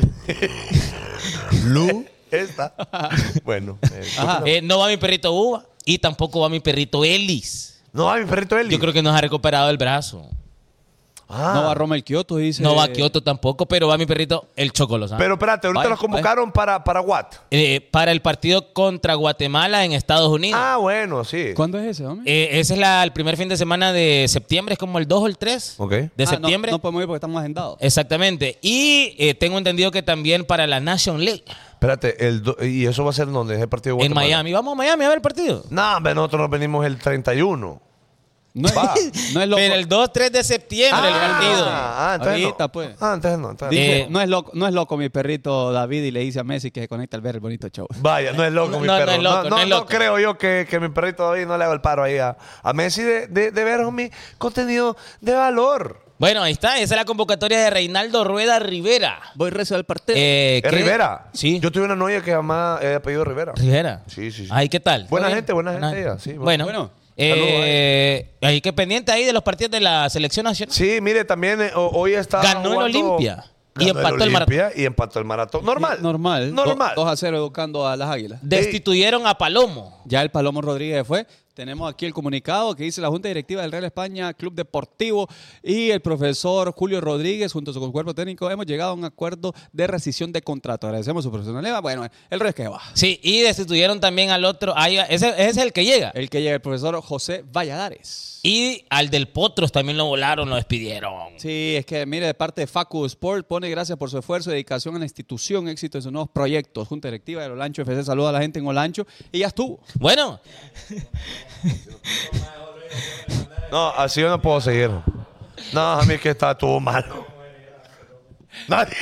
Lu. Esta. Bueno. Ajá. No va mi perrito Buba y tampoco va mi perrito Ellis. No, mi perrito Eli. Yo creo que no se ha recuperado el brazo. Ah. No va Rommel Kioto, dice. No va Kioto tampoco, pero va mi perrito el Chocolosano. Pero espérate, ahorita Vaya, los convocaron para what? Para el partido contra Guatemala en Estados Unidos. Ah, bueno, sí. ¿Cuándo es ese, hombre? Ese es el primer fin de semana de septiembre, es como el 2 o el 3 Ok. de septiembre. No podemos ir porque estamos agendados. Exactamente. Y tengo entendido que también para la National League Espérate, ¿y eso va a ser donde es el partido de en Guatemala? Miami. Vamos a Miami a ver el partido. No, hombre, nosotros nos venimos el 31. No es, Va. no es loco. Pero el 2-3 de septiembre el partido. Entonces Ahorita, no. pues. Entonces no. entonces Dice, Eh, no es loco mi perrito David y le dice a Messi que se conecta al ver el bonito show. no. Vaya, no es loco No, mi no, no perro. es loco, no es loco. No creo yo que mi perrito David no le haga el paro ahí a Messi de ver mi contenido de valor. Bueno, ahí está. Esa es la convocatoria de Reinaldo Rueda Rivera. Voy recio del partido. ¿Es Rivera? Sí. Yo tuve una novia que llamaba apellido Rivera. Rivera. Sí. Ay, ¿qué tal? Buena ¿Todo gente, bien? buena gente ella. Sí, Bueno. Saludos a Ahí que pendiente ahí de los partidos de la selección nacional. Sí, mire, también hoy está Ganó el jugando- Olimpia. Y Ganó empató el maratón. Olimpia y empató el maratón. Normal. Normal. Normal. 2-0 educando a las Águilas. Destituyeron a Palomo. Ya el Palomo Rodríguez fue. Tenemos aquí el comunicado que dice la Junta Directiva del Real España Club Deportivo y el profesor Julio Rodríguez junto a su cuerpo técnico hemos llegado a un acuerdo de rescisión de contrato. Agradecemos su profesionalidad. Bueno, el resto que va. Sí, y destituyeron también al otro. Ese es el que llega. El que llega el profesor José Valladares. Y al del Potros también lo volaron, lo despidieron. Sí, es que mire, de parte de Facu Sport pone gracias por su esfuerzo y dedicación a la institución, éxito en sus nuevos proyectos. Junta Directiva del Olancho FC saluda a la gente en Olancho y ya estuvo. Bueno, No, así yo no puedo seguir. No, a mí es que estuvo malo. Nadie.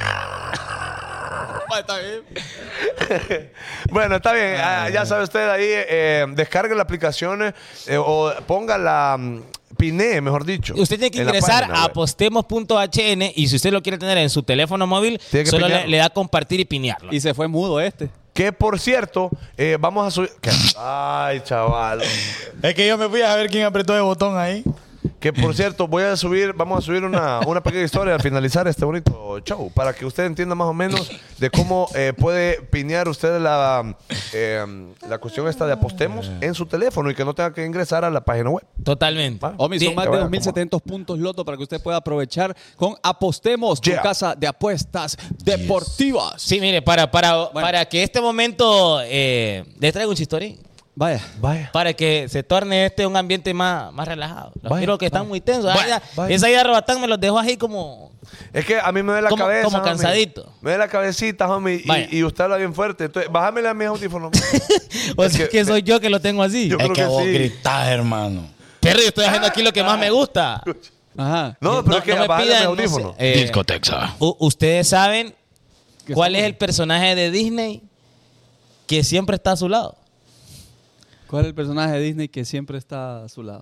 Está bien. Bueno, está bien. Ya sabe usted ahí, descargue la aplicación o ponga la pinee, mejor dicho. usted tiene que en la ingresar página a web. apostemos.hn y si usted lo quiere tener en su teléfono móvil, Tiene que solo pinearlo. le da compartir y pinearlo. Y se fue mudo este. Que por cierto, vamos a subir. Ay, chaval. Es que yo me fui a ver quién apretó el botón ahí. Que por cierto, vamos a subir una pequeña historia al finalizar este bonito show para que usted entienda más o menos de cómo puede pinear usted la cuestión esta de apostemos en su teléfono y que no tenga que ingresar a la página web. Totalmente. Omi, son Sí. más de vaya, 2.700 puntos loto para que usted pueda aprovechar con Apostemos, Yeah. tu casa de apuestas deportivas. Sí, mire, para que este momento les traiga un chistorín. Vaya. Vaya. Para que se torne un ambiente más relajado. Los Vaya, quiero que están muy tensos. Vaya, vaya. Esa idea de Robatán me los dejó así como... Es que a mí me duele la Como- cabeza. como homie. cansadito. Me duele la cabecita, homie. Vaya. Y usted habla bien fuerte. Entonces, bájamele a mis audífonos. O Es sea, que- que soy yo que lo tengo así. Yo Es creo que que vos sí. gritás, hermano. Perro, yo estoy haciendo aquí lo que más me gusta. Ajá. No, pero es que me bájale a mis pidan, no sé, audífonos. Discotexa. Ustedes saben ¿Qué cuál está es el personaje de Disney que siempre está a su lado. ¿Cuál es el personaje de Disney que siempre está a su lado?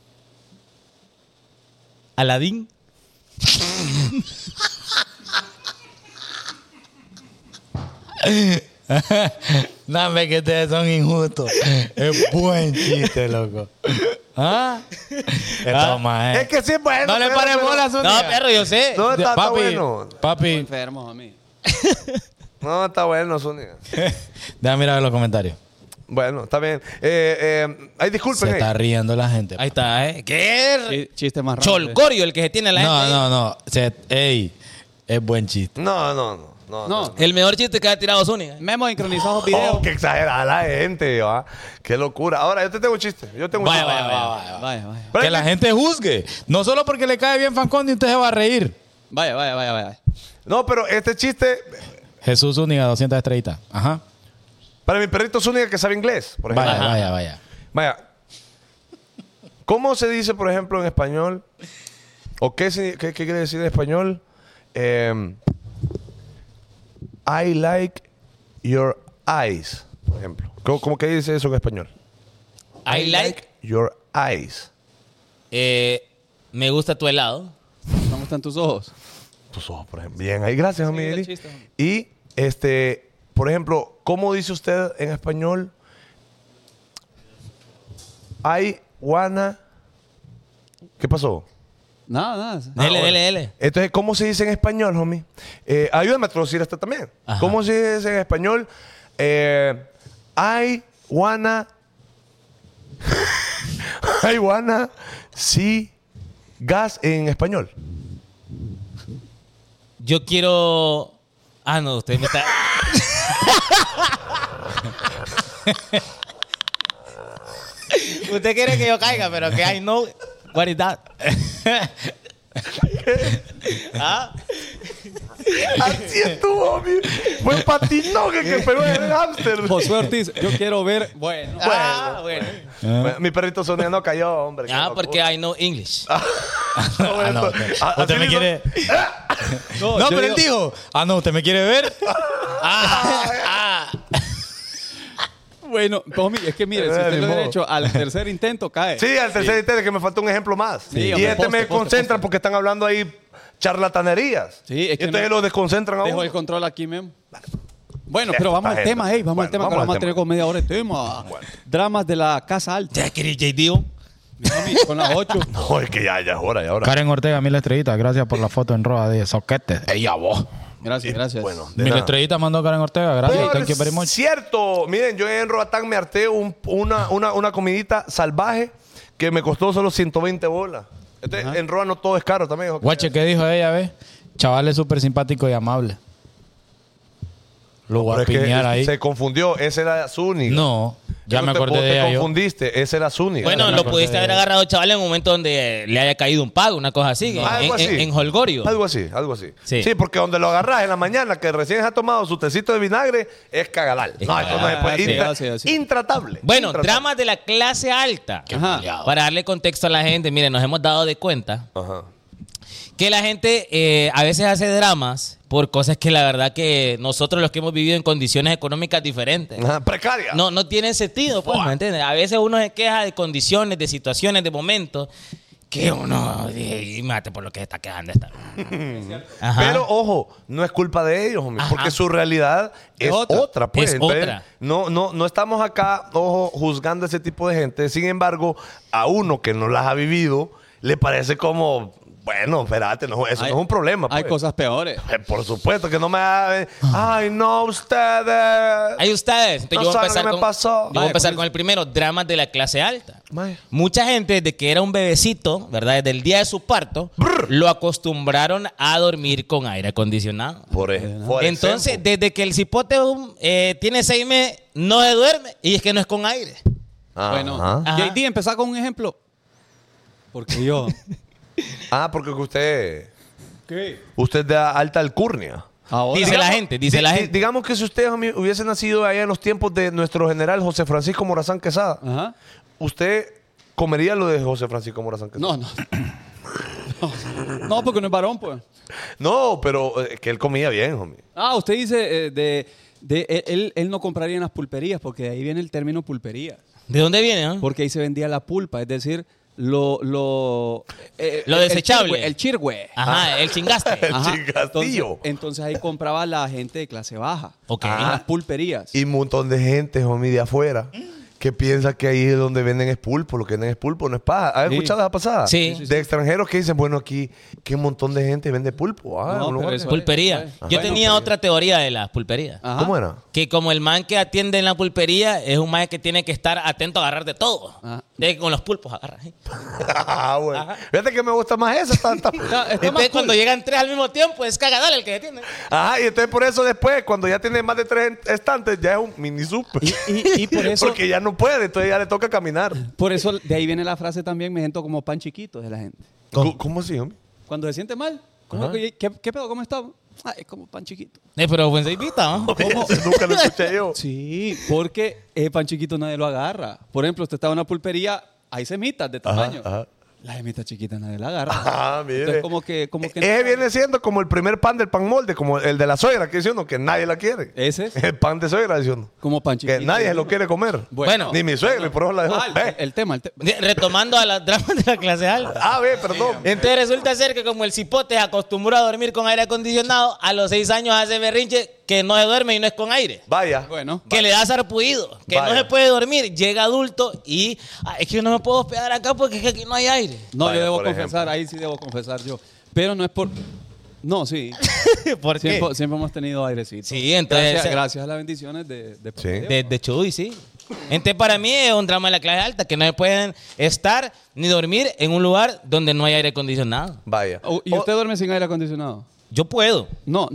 Aladín. No, hombre, que ustedes son injustos. Es buen chiste, loco. ¿Ah? Es que sí es bueno. No le pero- pares pero- bola, No, Zúñiga. perro, yo sé. No, está Papi, bueno. papi, Enfermos a mí. No, está bueno, Zúñiga. déjame mirar los comentarios. Bueno, está bien. Ay, disculpen. Se está riendo la gente. Ahí está, ¿eh? ¿Qué? Chiste más rápido. Cholcorio el que se tiene la gente. No. Ey, es buen chiste. No. No. El mejor chiste que ha tirado Zúñiga. Memo sincronizados videos. Oh, qué exagerada la gente, ¿va? Qué locura. Ahora, yo te tengo un chiste. Vaya. Vaya. Pero Que es la gente juzgue. No solo porque le cae bien Fanconi, usted se va a reír. Vaya. No, pero este chiste, Jesús Zúñiga, 200 estrellitas. Ajá. para mi perrito Zúñiga que sabe inglés, por ejemplo. Vaya. Vaya. ¿Cómo se dice, por ejemplo, en español? ¿O qué quiere decir en español? I like your eyes, por ejemplo. ¿Cómo que dice eso en español? I like. Your eyes. Me gusta tu helado. ¿Cómo están tus ojos? Tus ojos, por ejemplo. Bien, ahí, gracias, Sí, el Miguel. chiste, homie. Y, por ejemplo, ¿cómo dice usted en español? I wanna... ¿Qué pasó? Nada. Dele. Entonces, ¿cómo se dice en español, homie? Ayúdame a traducir esto también. Ajá. ¿Cómo se dice en español? I wanna... I wanna see gas en español. Yo quiero... Ah, no, usted me está... Usted quiere que yo caiga, pero que I know what is that. ¿Ah? Así estuvo, homie. Fue un patino que pegó en el hámster. Josué Ortiz, yo quiero ver. Bueno. Bueno. Bueno, mi perrito Sonia no cayó, hombre. qué Ah, locura. porque I know English. Bueno, Usted así me mismo- quiere... No, No, yo pero él digo- dijo... Ah, no, ¿usted me quiere ver? Bueno, homie, es que mire, si usted Ni lo modo. hubiera hecho al tercer intento, cae. Sí, al tercer intento, que me falta un ejemplo más. Sí, y hombre, me poste. concentra porque están hablando ahí charlatanerías. Sí, es y que entonces no- lo desconcentran a Dejo uno. el control aquí, Memo. Bueno, pero vamos al tema, vamos Bueno, al tema, que vamos al vamos a tener tema. como media hora de tema. Dramas de la casa alta. Ya quería JD. Homie, con las 8. No, es que ya es hora, ya es hora. Karen Ortega, 1000 estrellitas. Gracias por la foto en roja de soquete. Ella vos. Gracias, gracias. Bueno, de 1000 nada. estrellitas mandó Karen Ortega. Gracias. Por Thank you very much. cierto, miren, yo en Roatán me harté una comidita salvaje que me costó solo 120 bolas. En Roa no todo es caro también. ¿ok? Guache, ¿qué dijo ella, ve? Chaval es súper simpático y amable. Lo voy Pero a es que piñar ahí. se confundió, esa era Zúñiga. No, ya me acordé vos de te ella yo. confundiste, esa era Zúñiga. Bueno, me lo acordé pudiste de haber eso. agarrado, chaval, en un momento donde le haya caído un pago, una cosa así. Algo así. En Holgorio. Algo así, algo así. Sí. Sí, porque donde lo agarras en la mañana, que recién ha tomado su tecito de vinagre, es cagadal. No, esto no se puede. sí. Intratable. Bueno, Intratable. dramas de la clase alta. Ajá. Para darle contexto a la gente, miren, nos hemos dado de cuenta Ajá. que la gente a veces hace dramas por cosas que la verdad que nosotros los que hemos vivido en condiciones económicas diferentes. Ajá, precaria. No tienen sentido, pues, ¿me entiendes? A veces uno se queja de condiciones, de situaciones, de momentos que uno, y mate por lo que se está quejando esta. Ajá. Pero ojo, no es culpa de ellos, homie, Ajá. porque su realidad es otra. otra, pues. Es Entonces, otra. No estamos acá, ojo, juzgando a ese tipo de gente. Sin embargo, a uno que no las ha vivido, le parece como, bueno, espérate, no, eso Hay- no es un problema. Hay pues. cosas peores. Por supuesto que no me ay, no, ustedes. Hay ustedes. Entonces, No yo voy a saben empezar qué me con, pasó. yo voy a empezar con el primero, dramas de la clase alta. Mae. Mucha gente, desde que era un bebecito, ¿verdad? Desde el día de su parto, lo acostumbraron a dormir con aire acondicionado. Por Entonces, ejemplo. desde que el cipote tiene 6 meses, no se duerme y es que no es con aire. Bueno, Ajá. JD, empezá con un ejemplo. Porque yo. Porque usted ¿Qué? es de alta alcurnia. Ahora. Dice la gente, dice la gente. Digamos que si usted homie, hubiese nacido allá en los tiempos de nuestro general José Francisco Morazán Quesada, Ajá. ¿usted comería lo de José Francisco Morazán Quesada? No. No, porque no es varón, pues. No, pero que él comía bien, homie. Usted dice él no compraría en las pulperías, porque de ahí viene el término pulpería. ¿De dónde viene? Ah? Porque ahí se vendía la pulpa, es decir, lo desechable. El chirgüe. Ajá, el chingaste. El chingastillo. Entonces ahí compraba la gente de clase baja. Ok. En las pulperías. Y un montón de gente, homie, de afuera, que piensa que ahí es donde venden es pulpo. Lo que venden es pulpo, no es paja. ¿Has Sí. escuchado esa pasada? Sí. De extranjeros que dicen, bueno, aquí, que un montón de gente vende pulpo. No, un lugar pero que- eso- Pulpería. Ajá. Yo Bueno, tenía otra teoría de las pulperías. Ajá. ¿Cómo era? Que como el man que atiende en la pulpería es un man que tiene que estar atento a agarrar de todo. Ajá. De que con los pulpos agarra. ¿sí? Bueno. Ajá. Fíjate que me gusta más esa. Está más Entonces cool. cuando llegan 3 al mismo tiempo es cagadal el que atiende. Ajá, y entonces por eso después, cuando ya tiene más de 3 estantes, ya es un mini super. Y por eso, Porque ya no puede, entonces ya le toca caminar. por eso de ahí viene la frase también, me siento como pan chiquito de la gente. ¿Cómo así, hombre? Cuando se siente mal, ¿cómo Ajá. ¿qué pedo? ¿Cómo está? Es como pan chiquito. Pero buen invita, ¿no? Nunca lo escuché yo. Sí, porque pan chiquito nadie lo agarra. Por ejemplo, usted está en una pulpería, hay semitas de tamaño. Ajá. La semita chiquita nadie la agarra. Ah, mire. Entonces, como que Ese viene siendo como el primer pan del pan molde, como el de la suegra, que dice uno que nadie la quiere. Ese es El pan de suegra, dice uno. como pan chiquito. Que nadie se lo quiere comer. Bueno. Ni mi suegra, y por eso la dejó. El tema. Retomando a las dramas de la clase alta. Perdón. Entonces resulta ser que como el cipote se acostumbró a dormir con aire acondicionado, a los 6 años hace berrinche que no se duerme y no es con aire. Vaya. Bueno. Que le da sarpullido, que Vaya. no se puede dormir, llega adulto y es que yo no me puedo hospedar acá porque es que aquí no hay aire. No, Vaya, yo debo por confesar, ahí sí debo confesar yo. Pero no es por... No, sí. ¿Por qué? Siempre hemos tenido airecito. Sí, entonces- Gracias a las bendiciones de Sí. De Chuy, sí. Entonces para mí es un drama de la clase alta, que no se pueden estar ni dormir en un lugar donde no hay aire acondicionado. Vaya. ¿Y usted duerme sin aire acondicionado? Yo puedo. No.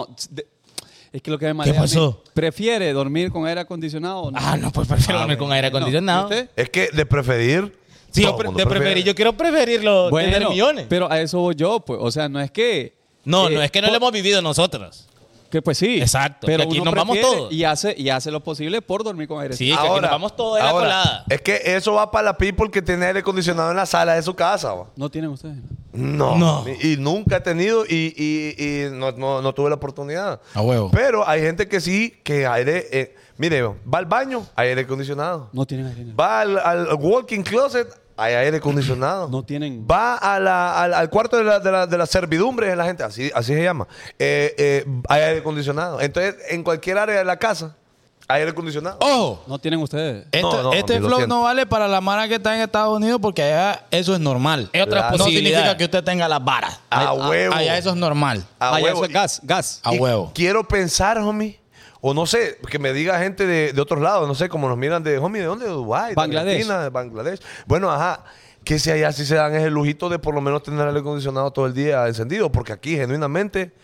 Es que lo que me marea a mí, pasó? ¿prefiere dormir con aire acondicionado o no? Ah, no, pues prefiero dormir con aire No. acondicionado. ¿Y usted? Es que de preferir. Sí, todo el mundo de preferir, prefiere. yo quiero preferirlo tener millones. pero a eso voy yo, pues. O sea, no es que... No, no es que no por- lo hemos vivido nosotros. Que pues sí. Exacto, Pero que aquí uno nos vamos prefiere todos. Y hace lo posible por dormir con aire. Sí, que aquí nos vamos todos en la colada. Es que eso va para la people que tiene aire acondicionado en la sala de su casa. va. ¿No tienen ustedes? ¿no? No. Y nunca he tenido y no tuve la oportunidad. A huevo. Pero hay gente que sí, que aire... mire, va al baño, hay aire acondicionado. No tienen aire. Va al walk-in closet, hay aire acondicionado. No tienen. Va al cuarto de la servidumbre de la gente, así se llama. Hay aire acondicionado. Entonces, en cualquier área de la casa, hay aire acondicionado. ¡Ojo! No tienen ustedes. Este lo flow siento. no vale para la mara que está en Estados Unidos porque allá eso es normal. Es otra Claro. No posibilidad. significa que usted tenga las varas. A huevo. Allá eso es normal. A Ya, huevo. eso es gas. A Y huevo. Quiero pensar, homie, o no sé, que me diga gente de otros lados, no sé, como nos miran de, homie, ¿de dónde? De Dubái, Bangladesh. de Argentina, de Bangladesh. Bueno, ajá, que si allá sí se dan ese lujito de por lo menos tener aire acondicionado todo el día encendido, porque aquí genuinamente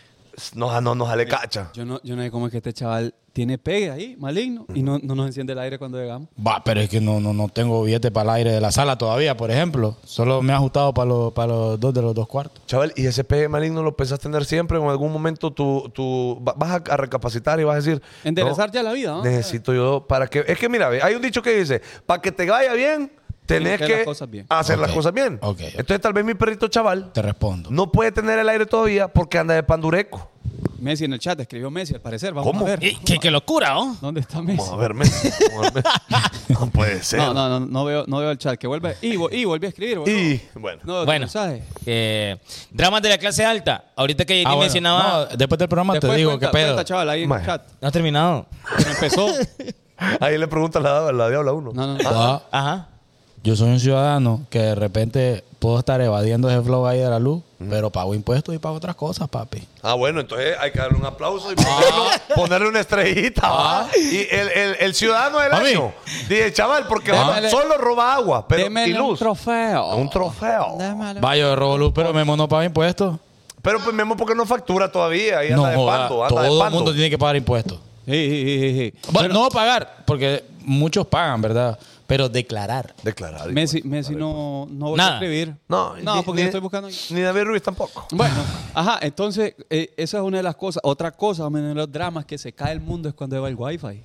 no nos sale cacha. Yo no sé cómo es que este chaval tiene pegue ahí, maligno, y no nos enciende el aire cuando llegamos. Va, pero es que no tengo billete para el aire de la sala todavía, por ejemplo. Solo me ha ajustado para los dos de los 2 cuartos. Chaval, ¿y ese pegue maligno lo pensás tener siempre o en algún momento tú vas a recapacitar y vas a decir... Enderezar no, ya la vida, ¿no? necesito yo para que... Es que mira, ve, hay un dicho que dice, para que te vaya bien, tenés Tienes que hacer que las cosas bien. hacer las Ok, cosas bien. ok. Entonces tal vez mi perrito chaval Te respondo. no puede tener el aire todavía porque anda de pandureco. Messi en el chat escribió Messi, al parecer. Vamos ¿Cómo? a ver. ¡Qué locura, ¿oh? ¿Dónde está Messi? Vamos a ver, Messi. Vamos a ver, Messi. No puede ser. No veo el chat. Que vuelve. Y volví a escribir. boludo. Y bueno. No veo tu Bueno, mensaje. dramas de la clase alta. Ahorita que JD mencionaba... No, después del programa Después te digo cuenta, qué pedo. cuenta, chaval, ahí en Mae. el chat. No has terminado. Pero empezó. Ahí le pregunta la diabla a uno. No. Ah, Ajá. yo soy un ciudadano que de repente puedo estar evadiendo ese flow ahí de la luz, pero pago impuestos y pago otras cosas, papi. Ah, bueno, entonces hay que darle un aplauso y ponerle una estrellita. ¿va? Y el ciudadano del A mí. año. Dije, chaval, porque Démele- solo roba agua, pero y Démele luz. un trofeo. Un trofeo. Démele. Vaya, yo robo luz, pero Memo no paga impuestos. Pero pues Memo porque no factura todavía. Ahí No, anda de joda, pando, anda de todo el pando. mundo tiene que pagar impuestos. Sí. Bueno, no pagar, porque muchos pagan, ¿verdad? Pero declarar. Declarar. Messi no volvió Nada. a escribir. No, porque yo estoy buscando. Ni David Ruiz tampoco. Bueno, entonces, esa es una de las cosas. Otra cosa, uno de los dramas que se cae el mundo es cuando va el wifi.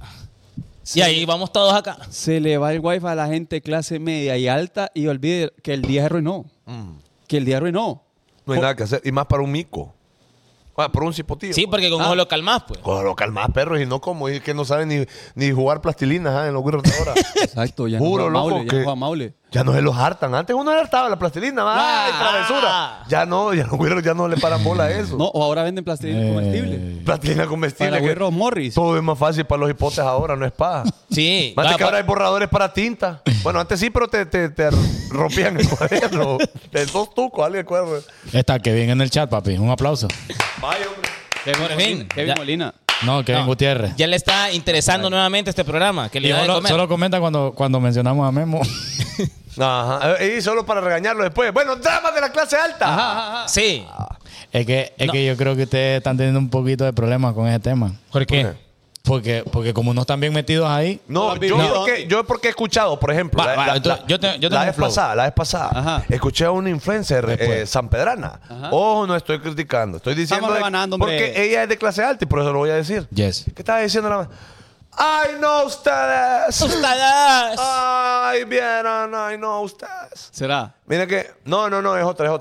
Y ahí vamos todos acá. Se le va el wifi a la gente clase media y alta y olvide que el día se arruinó. Que el día arruinó. No hay nada que hacer. Y más para un mico. Por un cipotillo. Sí, porque con eso lo calmas, pues. Lo calmas, perros, y no como. Y que no saben ni jugar plastilina en los güiros de ahora. Exacto, ya Juro, no loco, juega Maule, ya que- no juega Maule. Ya no se los hartan. Antes uno le hartaba la plastilina. ¡Ay, travesura! Ya los güiros ya no le paran bola a eso. No, o ahora venden plastilina comestible. Plastilina comestible. Para que güiros Morris. Todo es más fácil para los hipotes ahora, no es paja. Sí. Antes Va, que ahora hay borradores para tinta. Bueno, antes sí, pero te rompían el cuaderno. De 2 tucos, alguien acuerda. Está Kevin en el chat, papi. Un aplauso. Vaya, hombre. Por fin. Kevin Ya- Molina. No, Kevin No, Gutiérrez. Ya le está interesando nuevamente este programa. Que le Y da de comer. solo comenta cuando mencionamos a Memo. Ajá. Y solo para regañarlo después. Bueno, dramas de la clase alta. Sí. Es que yo creo que ustedes están teniendo un poquito de problemas con ese tema. ¿Por qué? ¿Por qué? Porque como no están bien metidos ahí. No, yo porque he escuchado, por ejemplo, entonces, yo tengo la un vez flow. pasada, Ajá. escuché a una influencer Después. sanpedrana. Ojo, no estoy criticando, estoy diciendo Estamos rebanando, hombre. porque ella es de clase alta y por eso lo voy a decir. Yes. ¿Qué estaba diciendo la ¡Ay, no ustedes! ¡Ustedes! ¡Ay, vieron! ¡Ay, no ustedes! ¿Será? Mira que... No, es otra.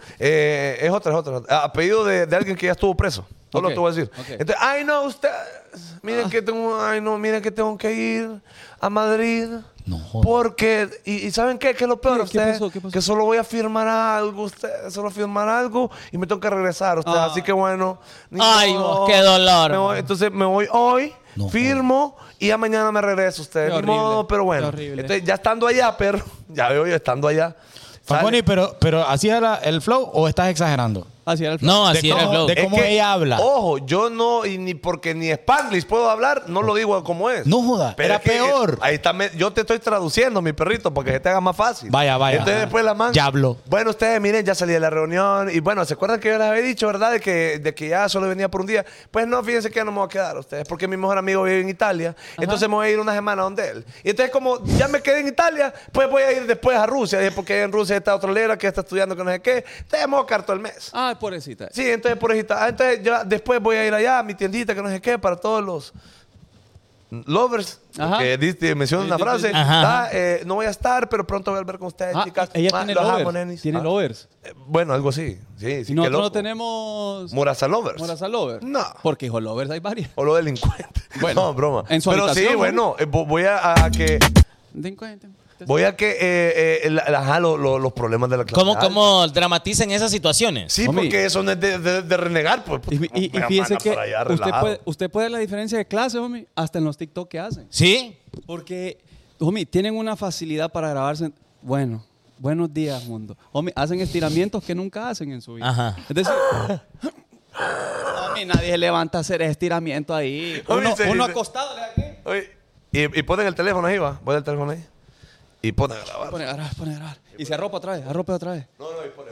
Es otra. Apellido de alguien que ya estuvo preso. Solo Ok, te voy a decir. ok. Entonces, ¡ay, no ustedes! Miren que tengo que ir a Madrid. No jodas. Porque... ¿Y saben qué? ¿Qué es lo peor? ¿Qué Ustedes, pasó? ¿Qué pasó? Que solo voy a firmar algo. Ustedes, solo firmar algo y me tengo que regresar. Ustedes, Ah. así que bueno... ni Ay, modo. vos, qué dolor. Entonces me voy hoy... No, firmo y ya mañana me regreso ustedes. Qué Ni modo, horrible, pero bueno. qué horrible. Entonces, ya estando allá, perro. Ya veo yo estando allá. Fanconi, sale- pero ¿así era el flow o estás exagerando? Así era el No, así era el flow. de Es cómo que, ella habla. Ojo, yo no, y ni porque ni Spanglish puedo hablar, no lo digo como es. No joda, era es que, peor. ahí está, yo te estoy traduciendo, mi perrito, porque se te haga más fácil. Vaya. Entonces después la man. Ya habló. Bueno, ustedes miren, ya salí de la reunión. Y bueno, ¿se acuerdan que yo les había dicho, verdad? De que ya solo venía por un día. Pues no, fíjense que ya no me voy a quedar ustedes, porque mi mejor amigo vive en Italia. Entonces me voy a ir una semana donde él. Y entonces, como ya me quedé en Italia, pues voy a ir después a Rusia. Dije, porque en Rusia está otro lera que está estudiando que no sé qué. Entonces me voy a quedar todo el mes. Ay, pobrecita. Sí, entonces por ahí está. Entonces ya después voy a ir allá a mi tiendita que no sé qué para todos los... lovers. Ajá. Que menciona una frase. Ajá. No voy a estar, pero pronto voy a volver con ustedes, chicas. Ella tiene Los amo, lovers. nenis. Tiene lovers. Bueno, algo así. Sí, Y qué nosotros loco. no tenemos Moraza lovers. Moraza lovers. No. Porque hijo lovers hay varias. O los delincuentes. Bueno, no, broma. en su pero sí, habitación, bueno, voy a que... Delincuente. Voy a que los problemas de la clase alta. ¿Cómo dramatizan esas situaciones? Sí, Homie. porque eso no es de renegar, pues. Y Hombre, fíjese hermana, que por allá, usted puede ver la diferencia de clase, homie, hasta en los TikTok que hacen. ¿Sí? Porque, homie, tienen una facilidad para grabarse. Bueno, buenos días, mundo. Homie, hacen estiramientos que nunca hacen en su vida. Ajá. Es decir, homie, nadie se levanta a hacer estiramiento ahí. Homie, Uno, se uno dice- acostado, le da aquí. Oye, y ponen el teléfono ahí, va. Ponen el teléfono ahí. Y ponen a grabar. Pone a grabar. Y se arropa otra vez, otra vez. No, y ponen.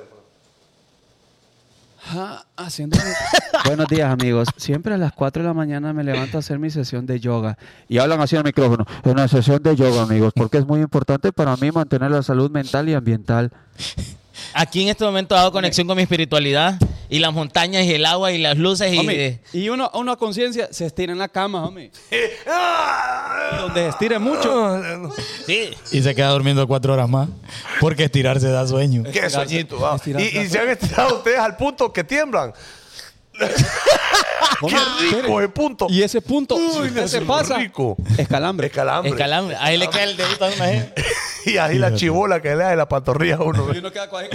Haciendo... Buenos días, amigos. Siempre a las 4 de la mañana me levanto a hacer mi sesión de yoga. Y hablan así al micrófono. Una sesión de yoga, amigos, porque es muy importante para mí mantener la salud mental y ambiental. Aquí en este momento hago conexión con mi espiritualidad y las montañas y el agua y las luces Homie, y uno a conciencia se estira en la cama, homie. Y donde se estire mucho. Sí. Y se queda durmiendo 4 horas más. Porque estirarse da sueño. Qué soñito, va. estirarse. Y se han estirado ustedes al punto que tiemblan. Homie, Qué rico espere. ese punto. Y ese punto, si Uy, usted eso se es pasa, rico. es calambre. Escalambre. Escalambre. Ahí le queda el dedito a una gente. Y ahí la chibola que le da de la pantorrilla a uno. Y uno queda con...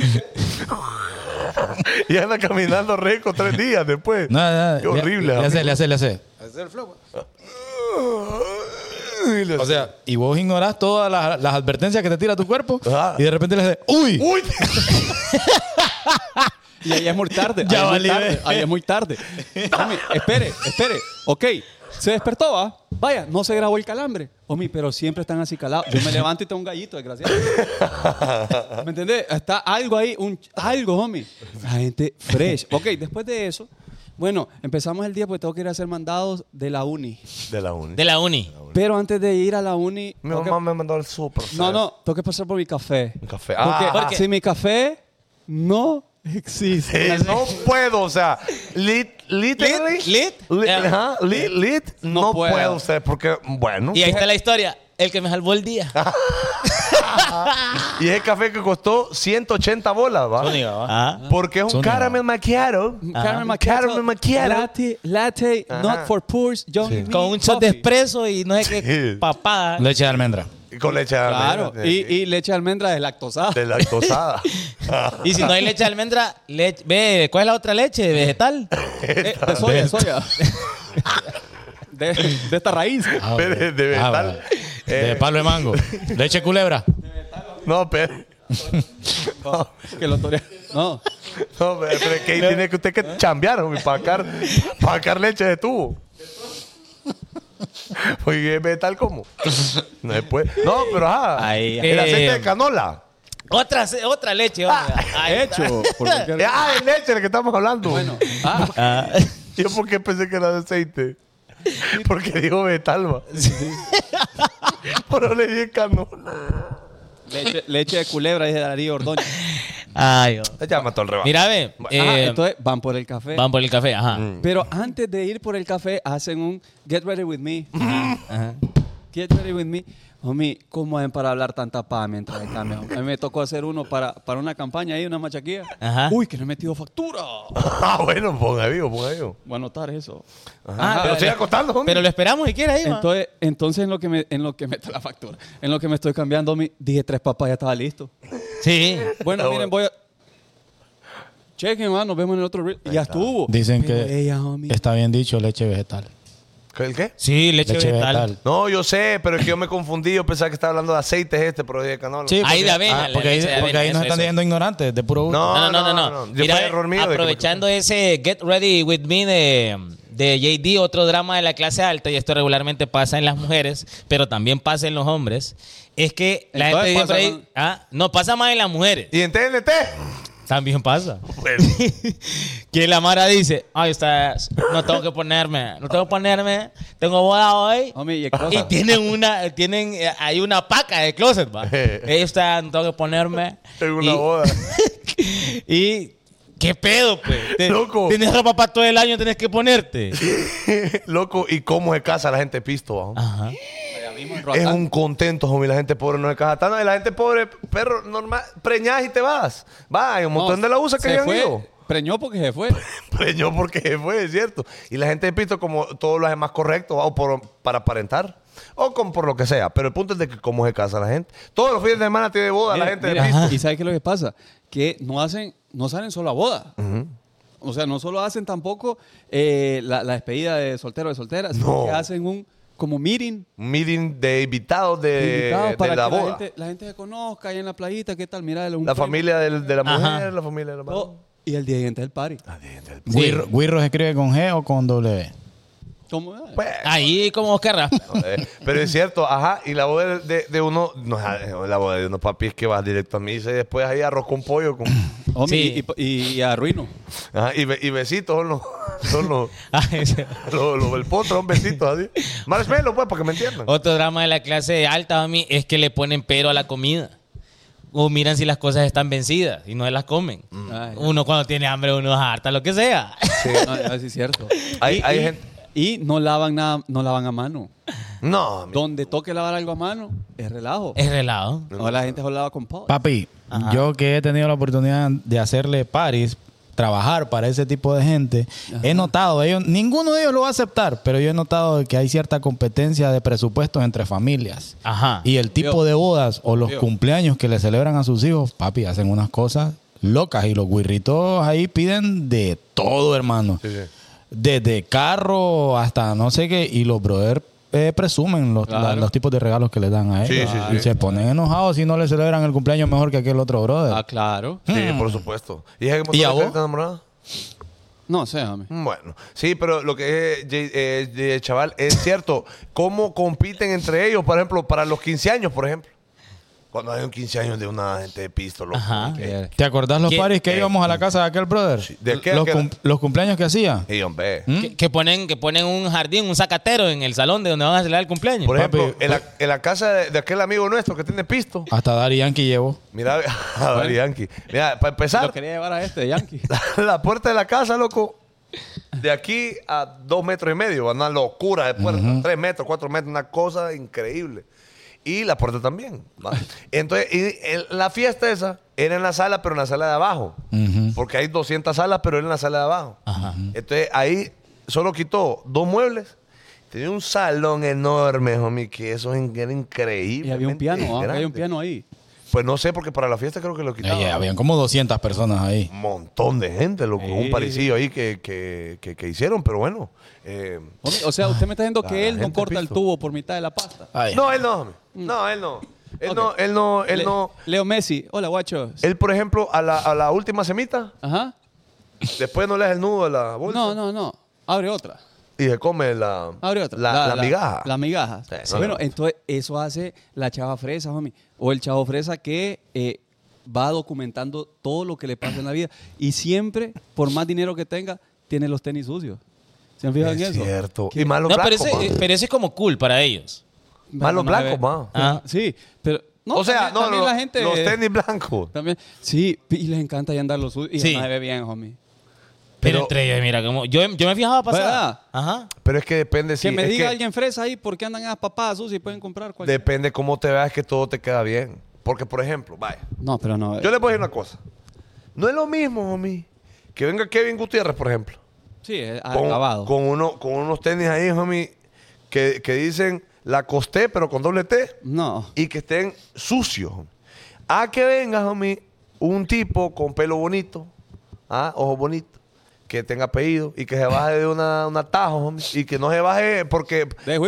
Y anda caminando rico 3 días después. Nada, Qué horrible. Le hace. Y le- O sea, y vos ignorás todas las advertencias que te tira tu cuerpo. Ajá. Y de repente le haces, ¡uy! ¡Uy! Y ahí es muy tarde. Ya ahí, valí, es muy tarde ve. ahí es muy tarde. Homie, espere. Ok, se despertó, ¿va? Vaya, no se grabó el calambre. Homie, pero siempre están así calados. Yo me levanto y tengo un gallito, desgraciado. ¿Me entendés? Está algo ahí, algo, homie. La gente fresh. Ok, después de eso, bueno, empezamos el día porque tengo que ir a hacer mandados de la uni. De la uni. De la uni. Pero antes de ir a la uni... Mi tengo que- mamá me mandó al súper. No, tengo que pasar por mi café. Un café. Porque ¿por qué? si mi café no existe. No puedo, o sea, literally. ¿Lit? Ajá, lit, No no puedo. puedo usted, porque, bueno. Y ahí está la historia. El que me salvó el día. Y ese café que costó 180 bolas, ¿va? Ah. Porque es un Zúñiga. caramel macchiato. Caramel macchiato. Caramel Latte, Ajá. not for poors. Young me Con un shot de coffee. espresso y no sé qué Sí. papada. Leche de almendra. Y con leche de Claro, almendra. y leche de almendra deslactosada. De lactosada. Y si no hay leche de almendra, ve, ¿cuál es la otra leche? ¿Vegetal? De soya. de esta raíz. de vegetal. De palo de mango. Leche culebra. No, pero. Que lo tore- No. No, pero es que ahí tiene que usted que chambear, homie, para sacar leche de tubo. Oye, ¿vegetal cómo? No se puede. No, pero ajá. Ahí. El aceite de canola. Otra leche, hombre. Ahí está. Hecho. Por cualquier- Es leche de que estamos hablando. Bueno. Yo porque pensé que era de aceite. Porque dijo vegetal, va. Pero le dije canola. Leche de culebra, dice Darío Ordóñez. Ay, Ya mató el rebaño. mira, ve. Ajá, entonces van por el café. Van por el café, ajá. Pero antes de ir por el café, hacen un get ready with me. Get ready with me. Homie, ¿cómo hacen para hablar tanta paz mientras se cambia? A mí me tocó hacer uno para una campaña ahí, una machaquilla. Ajá. Uy, que no he metido factura. Ah, bueno, ponga vivo, ponga vivo. Voy a anotar eso. Ah, Pero estoy acostando, homie. Pero lo esperamos si quiere ahí, va. Entonces en lo que meto la factura, en lo que me estoy cambiando, dije 3 papas, ya estaba listo. Sí. Bueno, miren, voy a... Chequen, man, nos vemos en el otro reel. Y ya estuvo. Dicen Pero que ella, homie. está bien dicho leche vegetal. ¿El qué? Sí, leche, vegetal. No, yo sé, pero es que yo me confundí. Yo pensaba que estaba hablando de aceites pero de canola. Sí, Ahí de avena, la porque ahí, leche de porque avena, ahí nos eso, están eso. diciendo ignorantes de puro gusto. No. Yo fue error mío de que me- aprovechando ese Get Ready With Me de JD, otro drama de la clase alta, y esto regularmente pasa en las mujeres, pero también pasa en los hombres, es que la Entonces gente pasa siempre no pasa más en las mujeres. ¿Y en TNT? También pasa. Bueno. Que la Mara dice, ay, no tengo que ponerme, tengo boda hoy. Homie, y Y cosa. hay una paca de closet, va. Ella está, no tengo que ponerme. Tengo una Y- boda. Y ¿Qué pedo, pues? Loco. Tienes ropa para todo el año, tenés que ponerte. Loco, ¿y cómo se casa la gente pisto? ¿Va? Ajá. Es un contento, homie. La gente pobre no se casa tanto. Y la gente pobre, perro, normal, preñás y te vas. Va, hay un montón de la USA que se ya han fue, ido. preñó porque se fue. Preñó porque se fue, es cierto. Y la gente de pisto, como todo lo hace más correcto, ¿va? O para aparentar. O por lo que sea. Pero el punto es de que cómo se casa la gente. Todos los fines de semana tiene boda la gente de pisto. ¿Y sabes qué es lo que pasa? Que no salen solo a boda. O sea, no solo hacen tampoco la despedida de soltero o de soltera, sino que hacen un como meeting. Un meeting de invitados de para la que boda. la gente se conozca ahí en la playita, ¿qué tal? Mira, La familia de la mujer, la familia de la No, y el día siguiente del party. ¿Guirro se escribe con G o con W? ¿Cómo? Pues, Ahí como vos querrás. pero es cierto, ajá, y la boda de uno, no, la boda de uno, papi, es que vas directo a misa y después ahí arroz con pollo, con, Homie, y arruino. ajá, y besitos son los el potro, son besitos así. Marshmallow, pues, para que me entiendan. Otro drama de la clase alta, a mí, es que le ponen pero a la comida. O miran si las cosas están vencidas y no se las comen. Ay, Uno cuando tiene hambre, uno es harta, lo que sea. Sí. no, sí es cierto. Hay gente. Y no lavan nada, no lavan a mano. No, Donde toque lavar algo a mano, es relajo. Es relajo. Ahora la gente se lo lava con pot. Papi, yo que he tenido la oportunidad de hacerle paris, trabajar para ese tipo de gente, he notado, ninguno de ellos lo va a aceptar, pero yo he notado que hay cierta competencia de presupuestos entre familias. Ajá. Y el tipo de bodas o los cumpleaños que le celebran a sus hijos, papi, hacen unas cosas locas y los guirritos ahí piden de todo, hermano. Sí. Desde carro hasta no sé qué, y los brothers presumen los tipos de regalos que le dan a ellos. Sí. Y se ponen enojados si no le celebran el cumpleaños mejor que aquel otro brother. Ah, claro. Sí, por supuesto. ¿Y, ¿Y a vos? enamorada? No sé, homie. Bueno, sí, pero lo que es, chaval, es cierto. ¿Cómo compiten entre ellos, por ejemplo, para los 15 años, por ejemplo? Cuando hay un 15 años de una gente de pisto, loco. Ajá. ¿Te acordás los ¿Qué? paris que íbamos a la casa de aquel brother? ¿De qué? Los cumpleaños que hacía. Y hombre. Que ponen un jardín, un zacatero en el salón de donde van a celebrar el cumpleaños. Por ejemplo, Papi, en la casa de aquel amigo nuestro que tiene pisto. Hasta Daddy Yankee llevó. Mira, a Daddy Yankee. Mira, para empezar, Lo quería llevar a este de Yankee. la puerta de la casa, loco, de aquí a 2 metros y medio, una locura de puerta. 3 metros, 4 metros, una cosa increíble. Y la puerta también. ¿va? Entonces, la fiesta esa era en la sala, pero en la sala de abajo. Porque hay 200 salas, pero era en la sala de abajo. Ajá. Entonces, ahí solo quitó 2 muebles. Tenía un salón enorme, homie, que eso era increíble. Y había un piano, había un piano ahí. Pues no sé, porque para la fiesta creo que lo quitaron. Habían como 200 personas ahí. Un montón de gente, loco. Un parecillo ahí que hicieron, pero bueno. Homie, o sea, usted me está diciendo La que él no gente corta el pisto. tubo por mitad de la pasta. Ay. No, él no, homie. No, él no. Él Ok. no. Leo Messi. Hola, guachos. Él, por ejemplo, a la última semita, Ajá. después no le hace el nudo a la bolsa. No. Abre otra. Y se come la migaja. La migaja. Sí, Bueno, no. entonces eso hace la chava fresa, homie. O el chavo fresa que va documentando todo lo que le pasa en la vida. Y siempre, por más dinero que tenga, tiene los tenis sucios. ¿Se han fijado en Es eso? cierto. Y más los No, pero blancos, ese es como cool para ellos. más los Vamos a blancos, ver. más. Ah. Sí, pero... No, O sea, también la gente... los tenis blancos. También, sí, y les encanta ya andar los suyos. Y Sí. se ve bien, homie. Pero Pero- entre ellos, mira, como yo me fijaba pasar. ¿Verdad? Ajá. Pero es que depende. Que sí, me es diga que alguien fresa ahí por qué andan esas papadas sucias y pueden comprar cualquier... depende cómo te veas que todo te queda bien. Porque, por ejemplo, vaya. No, pero no. Yo le voy a decir una cosa. No es lo mismo, homie, que venga Kevin Gutiérrez, por ejemplo. Sí, es Con, acabado. con unos tenis ahí, homie, que dicen la costé, pero con doble T. No. Y que estén sucios. Homie. A que venga, homie, un tipo con pelo bonito, ojos bonitos, que tenga apellido y que se baje de un atajo, homie, y que no se baje porque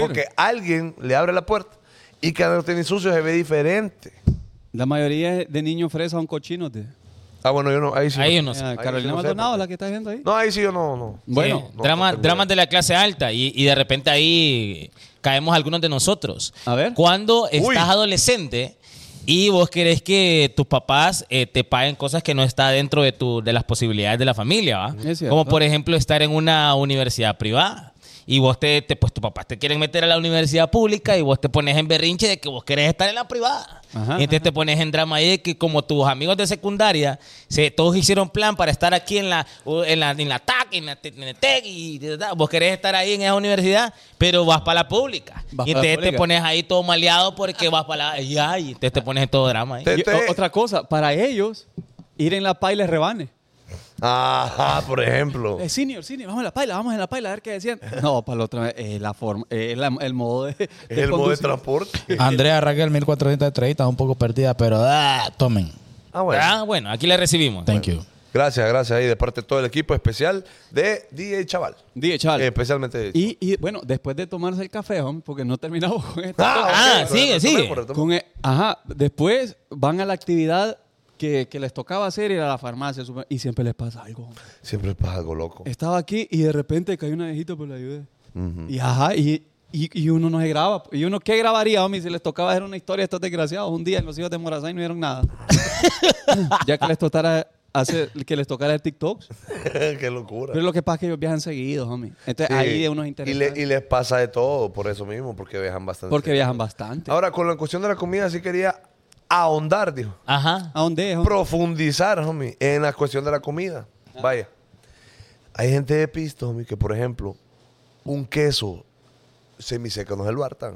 alguien le abre la puerta y que los tenis sucios se ve diferente. La mayoría de niños fresas son cochinos. Bueno, yo no, ahí sí. Ahí no. yo no sé. Carolina sí no sé, Maldonado, porque- la que está viendo ahí. No, ahí sí yo no. Bueno, Sí, no dramas tengo de la clase alta y de repente ahí caemos algunos de nosotros. A ver. Cuando Uy. estás adolescente y vos querés que tus papás te paguen cosas que no está dentro de las posibilidades de la familia, ¿va? Es cierto. Como por ejemplo estar en una universidad privada. y vos pues tu papá te quieren meter a la universidad pública y vos te pones en berrinche de que vos querés estar en la privada. Ajá, Y entonces te pones en drama ahí de que como tus amigos de secundaria, todos hicieron plan para estar aquí en la TAC, en la TEC, y vos querés estar ahí en esa universidad, pero vas para la pública. Vas Y para la entonces te pública. pones ahí todo maleado porque vas para la... Y entonces te pones en todo drama ahí. Y otra cosa, para ellos, ir en la paila es rebane. Ajá, por ejemplo. Senior, vamos en la paila, a ver qué decían. No, para la otra, la forma, el modo de. Es el modo de transporte. Andrea Raquel, 1430, un poco perdida, pero tomen. Bueno, aquí le recibimos. Thank you. Gracias ahí de parte de todo el equipo especial de DJ Chaval. DJ Chaval. Especialmente. Y bueno, después de tomarse el café, hombre, porque no terminamos con esto. Sigue. Después van a la actividad que les tocaba hacer, ir a la farmacia, y siempre les pasa algo. Hombre. Siempre pasa algo loco. Estaba aquí y de repente cayó una viejita por la ayuda. Y uno no se graba. ¿Y uno qué grabaría, homie, si les tocaba hacer una historia de estos desgraciados? Un día en los hijos de Morazán no vieron nada. Ya que les tocara hacer TikToks. Qué locura. Pero lo que pasa es que ellos viajan seguidos, homie. Entonces ahí de unos interesantes. Y les pasa de todo por eso mismo, porque viajan bastante. Porque viajan bastante. Ahora, con la cuestión de la comida, sí quería ahondar, dijo. Ajá. ¿A dónde es, homie? Profundizar, homie, en la cuestión de la comida. Vaya. Hay gente de pisto, homie, que por ejemplo, un queso semiseco no se lo hartan.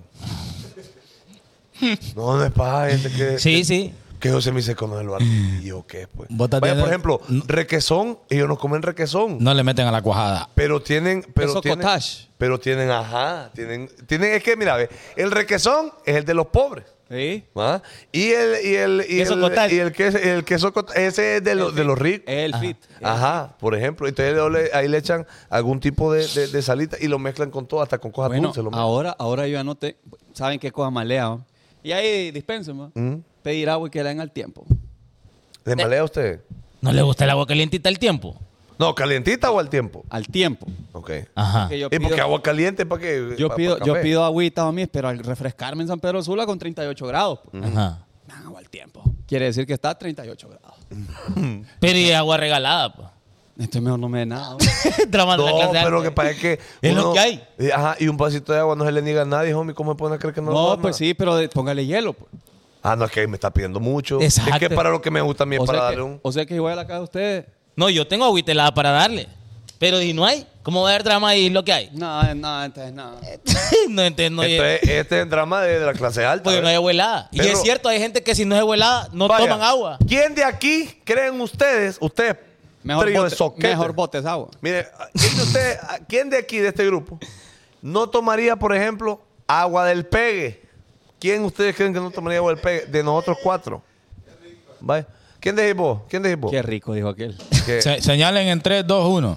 No es para gente que... Sí. Queso semiseco no se lo hartan. ¿Y yo qué, pues? Vos estás Vaya, por teniendo- ejemplo, requesón. Ellos no comen requesón. No le meten a la cuajada. Pero tienen... Queso cottage. Pero tienen, es que, mira, ve, el requesón es el de los pobres. Sí. ¿Va? Y el queso cottage, ese es de los ricos. El fit. Ajá, por ejemplo. Entonces ahí le echan algún tipo de salita y lo mezclan con todo, hasta con cosas Bueno, dulces. Lo mezclan. ahora yo anoté. ¿Saben qué cosa malea? ¿No? Y ahí dispensen, ¿no? Pedir agua y que le den al tiempo. ¿Le malea a usted? ¿No le gusta el agua calientita al tiempo? No, ¿calientita o al tiempo? Al tiempo. Ok. Ajá. Que yo ¿Y porque pido- agua caliente para qué? Yo ¿Pa pido café? agüita a mí, pero al refrescarme en San Pedro Sula con 38 grados. Ajá. Me dan agua al tiempo. Quiere decir que está a 38 grados. Pero y agua regalada, pues. Entonces mejor no me dé nada. Drama de la No, clase pero lo alta. que pasa es que... Es lo que hay. Ajá, y un vasito de agua no se le niega a nadie, homie. ¿Cómo se pueden creer que no? No, no, pues sí, pero póngale hielo. Pues. Ah, no, es que me está pidiendo mucho. Exacto. Es que para lo que me gusta a mí es para darle un... O sea que si voy a la casa de ustedes. No, yo tengo agüita helada para darle. Pero y no hay. ¿Cómo va a haber drama ahí? Lo que hay. No, entonces nada. No entiendo. Entonces, este es el drama de la clase alta. Porque no hay ¿verdad? agua helada. Y Pero- es cierto, hay gente que si no es agua helada, no Vaya, toman agua. ¿Quién de aquí creen ustedes Mejor trío de bote, soquete? mejor botes agua. Mire, ¿quién de aquí, de este grupo, no tomaría, por ejemplo, agua del pegue? ¿Quién ustedes creen que no tomaría agua del pegue? De nosotros 4. Vaya. ¿Quién de vos? Qué rico, dijo aquel. Que- Señalen en 3, 2, 1.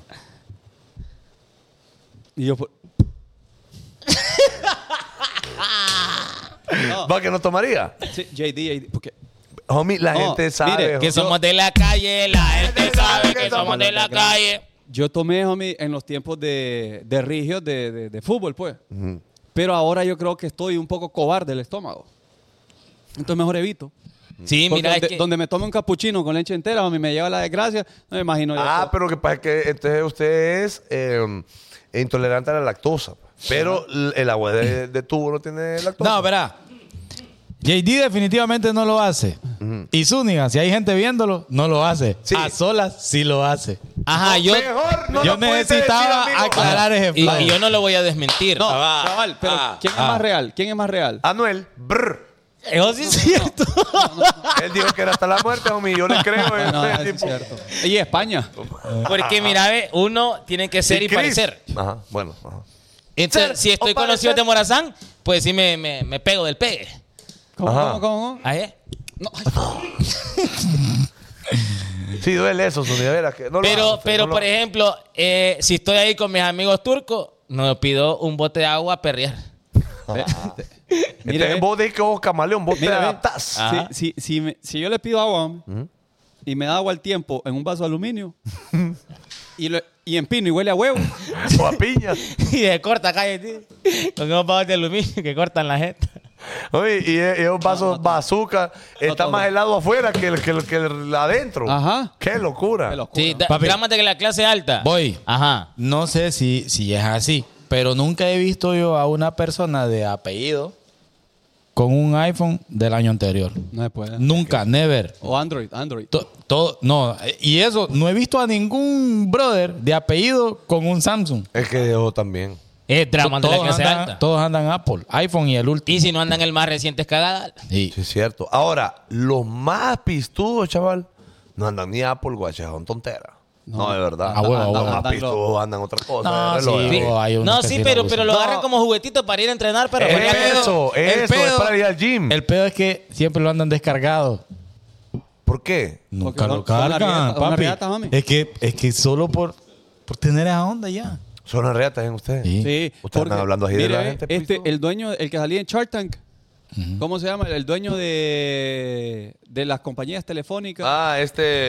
Y yo, ¿Va que no tomaría? sí, JD, porque Homie, la No, gente sabe. mire, homie. Que somos de la calle, la gente sabe que somos de la calle. yo tomé, homie, en los tiempos de Rigio, de fútbol, pues. Pero ahora yo creo que estoy un poco cobarde del estómago. Entonces mejor evito. Sí, Porque mira, es donde, que... donde me tome un capuchino con leche entera, homie, me lleva la desgracia, no me imagino yo. Ah, pero lo que pasa es que entonces usted es intolerante a la lactosa. Pero el agua de tubo no tiene lactosa. No, verá. JD definitivamente no lo hace. Y Zúñiga, si hay gente viéndolo, no lo hace. Sí. A solas sí lo hace. Ajá, yo... Mejor no yo lo pudiste necesitaba decir, amigo. aclarar ese Y flow. yo no lo voy a desmentir. No, chaval, pero ¿quién es más real? ¿Quién es más real? Anuel, brr. Eso sí es cierto. Él dijo que era hasta la muerte, homie. Yo le creo. No, ese eso es tipo. cierto. Y España. Porque mira, ve, uno tiene que ser y Chris. parecer. Ajá, bueno. Ajá. Entonces, Ser si estoy o conocido parecer. de Morazán, pues sí me pego del pegue. Ajá. ¿Cómo? Ahí. No, Sí, duele eso, Zúñiga. Verás que no lo Pero, haga usted, pero no lo por haga. ejemplo, si estoy ahí con mis amigos turcos, no pido un bote de agua a perrear. Mire, Entonces, vos decís que vos, camaleón, vos te Mira, ve. adaptás. Ajá. si yo le pido agua, hombre, y me da agua al tiempo en un vaso de aluminio, y empino y huele a huevo, O a piña. Y de corta, cállate. Con unos pavos de aluminio que cortan la jeta. Oye, y un vaso bazooka está todo. más helado afuera que el adentro. Ajá. Qué locura. Qué locura. Sí, Papi. drámate que la clase alta. Voy. Ajá. No sé si es así. pero nunca he visto yo a una persona de apellido con un iPhone del año anterior. No se puede. Nunca, never. O Android. Todo, no, y eso, no he visto a ningún brother de apellido con un Samsung. Es que yo también. Es drama de la clase alta. Todos andan Apple, iPhone y el último. Y si no andan el más reciente es cagada. Sí. Sí, es cierto. Ahora, los más pistudos, chaval, no andan ni Apple Watch, son tonteras. No, de verdad. Ah, bueno, Los bueno. más pistudos andan otra cosa. No, de reloj. sí. Hay unos No, que sí, sí pero lo usan. lo agarran como juguetito para ir a entrenar, pero Eso es para ir al gym. El pedo es que siempre lo andan descargado. ¿Por qué? Nunca Porque lo son una cargan, riata, una papi. riata, mami. Es que solo por tener esa onda ya. Son las reatas en ustedes. Sí. Sí. Ustedes andan hablando así de la gente, pisto. el dueño, el que salía en Shark Tank, ¿cómo se llama? El dueño de las compañías telefónicas. Ah,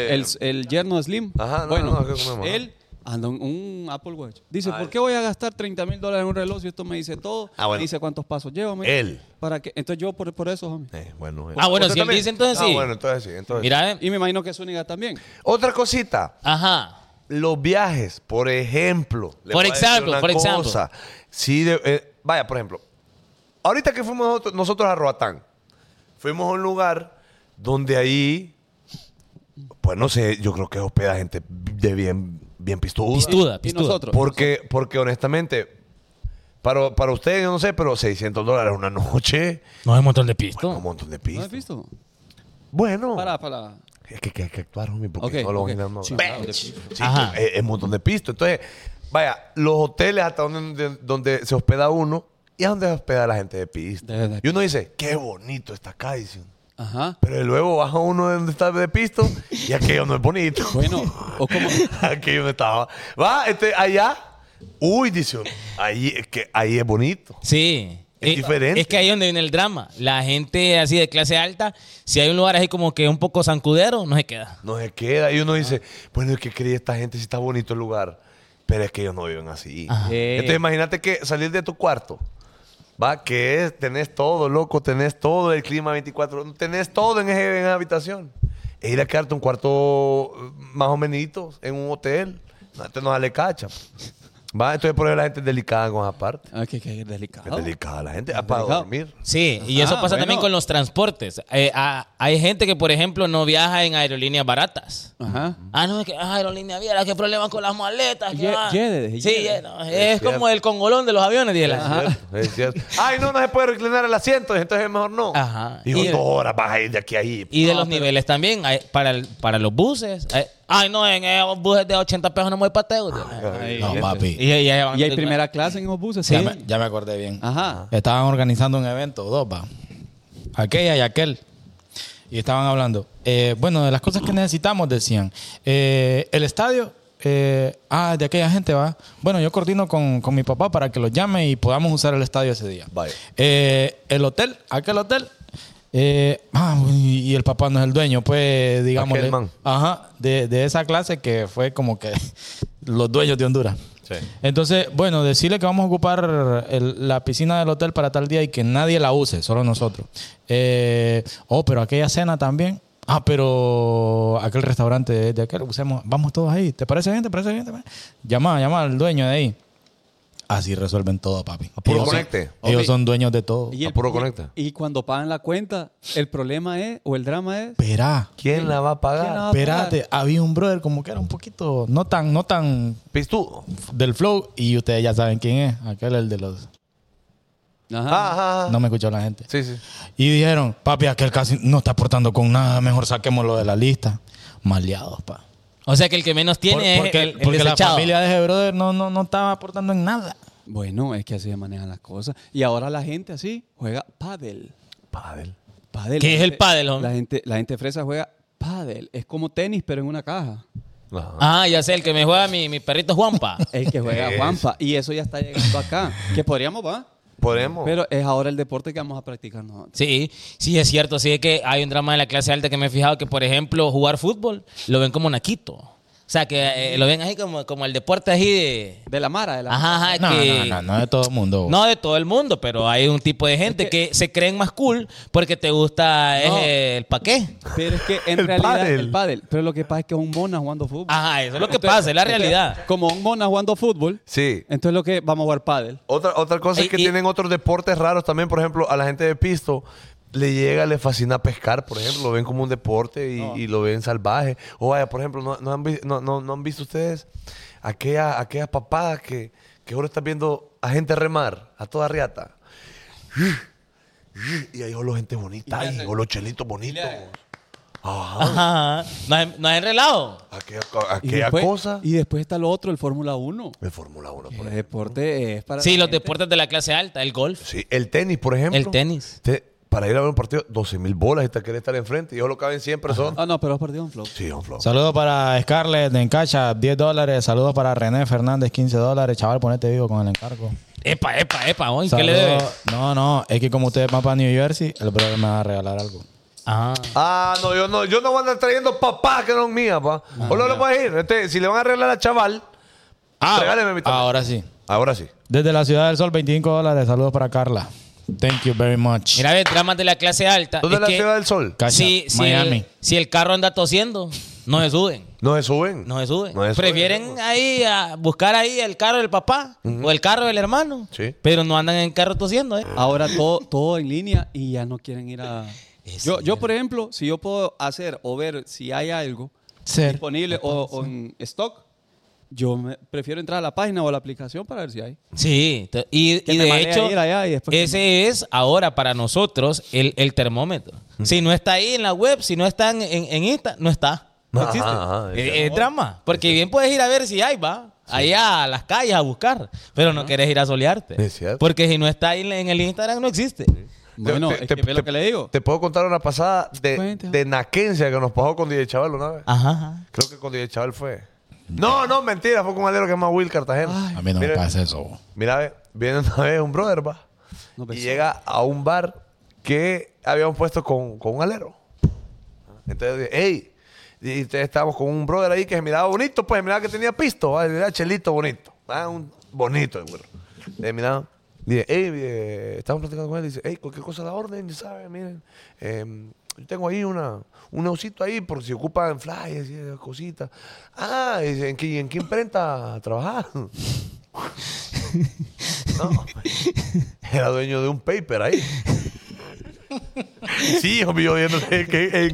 El yerno de Slim. Ajá, no, bueno, no, ¿qué comemos? él anda un Apple Watch. Dice, ¿por qué voy a gastar $30,000 en un reloj si esto me dice todo? Ah, bueno. Dice cuántos pasos lleva. Mira. Él. ¿Para qué? Entonces yo por eso, homie. Bueno. Ah, bueno, ¿Usted si él también? dice, entonces sí. Ah, bueno, entonces sí. Entonces. Mira, Y me imagino que Zúñiga también. Otra cosita. Ajá. Los viajes, por ejemplo. le Por voy a decir ejemplo, una por ejemplo. cosa. Sí, vaya, por ejemplo. Ahorita que fuimos nosotros a Roatán, fuimos a un lugar donde ahí, pues no sé, yo creo que hospeda gente de bien pistuda. Pistuda. Y nosotros. Porque honestamente, para ustedes, yo no sé, pero $600 una noche, No hay un montón de un pisto. montón de ¿No pistas. has visto? Bueno, Para. es que hay que actuar, homie, porque Ok, no lo ok. imaginamos. Sí, Sí, Ajá. es un montón de pisto. Entonces, vaya, los hoteles hasta donde se hospeda uno y a donde se hospeda la gente de pisto. Y uno dice, qué bonito está acá, dice uno. Ajá. Pero luego baja uno de donde está de pisto y aquello no es bonito. Bueno, o como... Aquello no estaba. Va, allá, uy, dice uno, ahí es bonito. Sí. Es diferente. Es que ahí es donde viene el drama. La gente así de clase alta, si hay un lugar así como que un poco zancudero, no se queda. No se queda. Y uno dice, bueno, es que cree esta gente si está bonito el lugar. Pero es que ellos no viven así. Ajá. Entonces imagínate que salir de tu cuarto, va, tenés todo, loco, tenés todo el clima 24, tenés todo en esa habitación. E ir a quedarte un cuarto más o menos en un hotel, no sale cacha. Va, entonces por eso la gente es delicada con esa parte. Ah, que es delicado. Es delicada la gente, para delicado. dormir. Sí, y eso pasa bueno. también con los transportes. Hay gente que, por ejemplo, no viaja en aerolíneas baratas. Ajá. No, es que aerolínea viera, qué problemas con las maletas. que, Yede. Sí, no, es como el congolón de los aviones, dile. Es cierto. Ay, no se puede reclinar el asiento, entonces es mejor no. Ajá. Y 2 horas vas a ir de aquí a ahí. Y de los niveles también, para los buses. No, en esos buses de 80 pesos no me voy para Teo. No, papi. Y hay primera clase en esos buses. Sí. Sí. Ya me acordé bien. Ajá. Estaban organizando un evento, dos, va. Aquella y aquel. Y estaban hablando. Bueno, de las cosas que necesitamos, decían. El estadio, de aquella gente, va. Bueno, yo coordino con mi papá para que los llame y podamos usar el estadio ese día. Vaya. El hotel, aquel hotel. Y el papá no es el dueño, pues, digamos. Aquel man. Ajá, de esa clase que fue como que los dueños de Honduras. Sí. Entonces, bueno, decirle que vamos a ocupar la piscina del hotel para tal día y que nadie la use, solo nosotros. Pero aquella cena también. Pero aquel restaurante de aquel, vamos todos ahí. ¿Te parece bien? ¿Te parece bien? Llama al dueño de ahí. Así resuelven todo, papi. A puro Ellos conecte. Ellos son dueños de todo. Y A puro conecta. Y cuando pagan la cuenta, el problema es, o el drama es... Espera. ¿Quién la va a pagar? ¿Quién la va a Espérate, había un brother como que era un poquito, no tan Pistudo. del flow, y ustedes ya saben quién es, aquel el de los... Ajá. Ajá. No me escuchó la gente. Sí, sí. Y dijeron, papi, aquel casi no está aportando con nada, mejor saquémoslo de la lista. Maleados, pa. O sea que el que menos tiene porque es el porque la desechado. familia de ese brother no estaba aportando en nada. Bueno, es que así se manejan las cosas. Y ahora la gente así juega pádel. Pádel. Pádel. ¿Qué es el pádel, hombre? La gente fresa juega pádel. Es como tenis, pero en una caja. Ajá. Ya sé, el que me juega mi perrito Juanpa. El que juega Es. Juanpa. Y eso ya está llegando acá. Que podríamos, va. Podemos. Pero es ahora el deporte que vamos a practicar nosotros. Sí, es cierto. Sí, es que hay un drama de la clase alta que me he fijado que, por ejemplo, jugar fútbol lo ven como naquito. O sea, que lo ven así como el deporte así De la Mara. Ajá, No, que... no de todo el mundo. No de todo el mundo, pero hay un tipo de gente que se creen más cool porque te gusta el paqué. Pero es que en El realidad pádel. el pádel. Pero lo que pasa es que es un mona jugando fútbol. Ajá, eso es lo que pasa, es la realidad. Como un mona jugando fútbol, Sí. entonces lo que vamos a jugar pádel. Otra cosa es que Y- tienen otros deportes raros también. Por ejemplo, a la gente de pisto le fascina pescar, por ejemplo. Lo ven como un deporte y lo ven salvaje. O vaya, por ejemplo, ¿no han visto ustedes aquellas papadas que ahora están viendo a gente remar a toda riata? Y ahí los gente bonita, o los chelitos bonitos. Ajá. Ajá. ¿No has enrelado? Aquella cosa. Y después está lo otro, el Fórmula 1. De Fórmula 1, por El ejemplo. deporte es para Sí, la los gente. deportes de la clase alta, el golf. Sí, el tenis, por ejemplo. El tenis. Para ir a ver un partido, 12,000 bolas y te querés estar enfrente. Y solo caben 100 personas. Ah, no, pero es partido en flow. Sí, un flow. Saludos para Scarlett de Encacha, $10. Saludos para René Fernández, $15. Chaval, ponete vivo con el encargo. Epa, oye, ¿qué le debe? No, es que como ustedes van para New Jersey, el brother me va a regalar algo. Ah. No, yo no voy a andar trayendo papás que no son mías, pa. O no le puedes ir. Si le van a arreglar a chaval, regáleme mi también. Ahora sí. Ahora sí. Desde la Ciudad del Sol, $25. Saludos para Carla. Thank you very much. Mira, ve, dramas de la clase alta. ¿Dónde Es es la que Ciudad del Sol? Cacha, Miami. si el carro anda tosiendo, no se suben. No se suben. No se suben. No se suben. Prefieren ahí a buscar ahí el carro del papá o el carro del hermano. Sí. Pero no andan en carro tosiendo, ¿eh? Ahora todo en línea y ya no quieren ir a... Yo, por ejemplo, si yo puedo hacer o ver si hay algo disponible o en stock, prefiero entrar a la página o a la aplicación para ver si hay. Sí. Y Que me de marea hecho, ir allá y después ese es ahora para nosotros el termómetro. Si no está ahí en la web, si no está en Insta, no está. No Ajá, existe. ajá, Es drama. Porque bien puedes ir a ver si hay, va. Allá a las calles a buscar. Pero no quieres ir a solearte. Es cierto. Porque si no está ahí en el Instagram, no existe. Bueno, es que ve lo que le digo. Te puedo contar una pasada Cuente. de Naquencia que nos pasó con DJ Chaval una vez. Ajá. Creo que con DJ Chaval fue. No, mentira. Fue con un alero que se llama Will Cartagena. A mí no me Mira, pasa eso. Mira, viene una vez un brother, va. No, Y pues, llega a un bar que habíamos puesto con un alero. Entonces, hey, y entonces estábamos con un brother ahí que se miraba bonito, pues miraba que tenía pisto, ¿va? Era chelito bonito. Un bonito, güey. Miraba, dice, hey, estamos platicando con él, dice, hey, cualquier cosa a la orden, ¿sabes? Miren, yo tengo ahí un neocito ahí por si ocupan flyers y esas cositas. Dice, ¿en qué imprenta trabajar? No, era dueño de un paper ahí. Sí, hijo mío, viendo en qué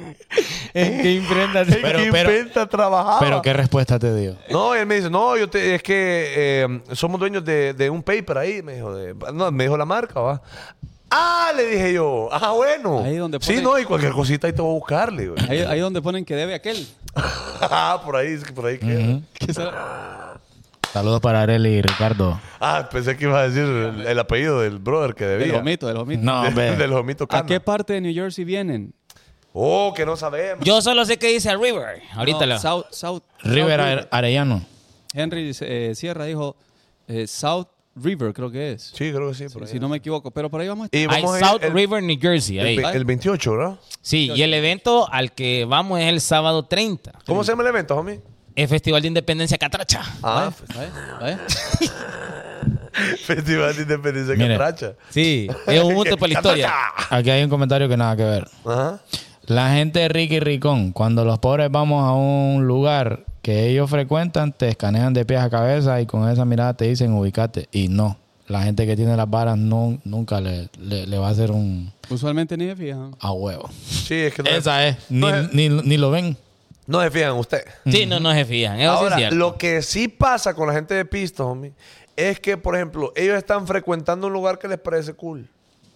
imprenta trabajaba. Pero ¿qué respuesta te dio? No, y él me dice, no, es que somos dueños de un paper ahí, me dijo la marca, va. Le dije yo, bueno. Ahí donde Sí, pone- no, y cualquier cosita ahí te voy a buscarle, güey. ahí donde ponen que debe aquel. Por ahí, es que por ahí queda. ¿Qué será? Saludos para Arely y Ricardo. Pensé que iba a decir el apellido del brother que debía. Del homito. No, hombre. Del homito ¿A Cana. qué parte de New Jersey vienen? Que no sabemos. Yo solo sé que dice River. Ahorita No, lo. South River Arellano. Henry Sierra dijo South River, creo que es. Sí, creo que sí. Por ahí. Si no me equivoco. Pero por ahí vamos a estar. Y Hay vamos a ir South River, New Jersey. Ahí. el 28, ¿verdad? Sí, y el evento al que vamos es el sábado 30. ¿Cómo se llama el evento, homie? El Festival de Independencia Catracha. ¿Sabes? Festival de Independencia Mire. Catracha. Sí, es un gusto por la historia. Aquí hay un comentario que nada que ver. Ajá. La gente rica y ricón, cuando los pobres vamos a un lugar que ellos frecuentan, te escanean de pies a cabeza y con esa mirada te dicen ubicate. Y no, la gente que tiene las varas nunca le va a hacer un Usualmente ni se fijan. a huevo. Sí, es que no, Esa es, no es- ni lo ven. no se fijan ustedes. Sí, no se fijan. Eso sí Ahora, es cierto. lo que sí pasa con la gente de Pisto, homie, es que, por ejemplo, ellos están frecuentando un lugar que les parece cool.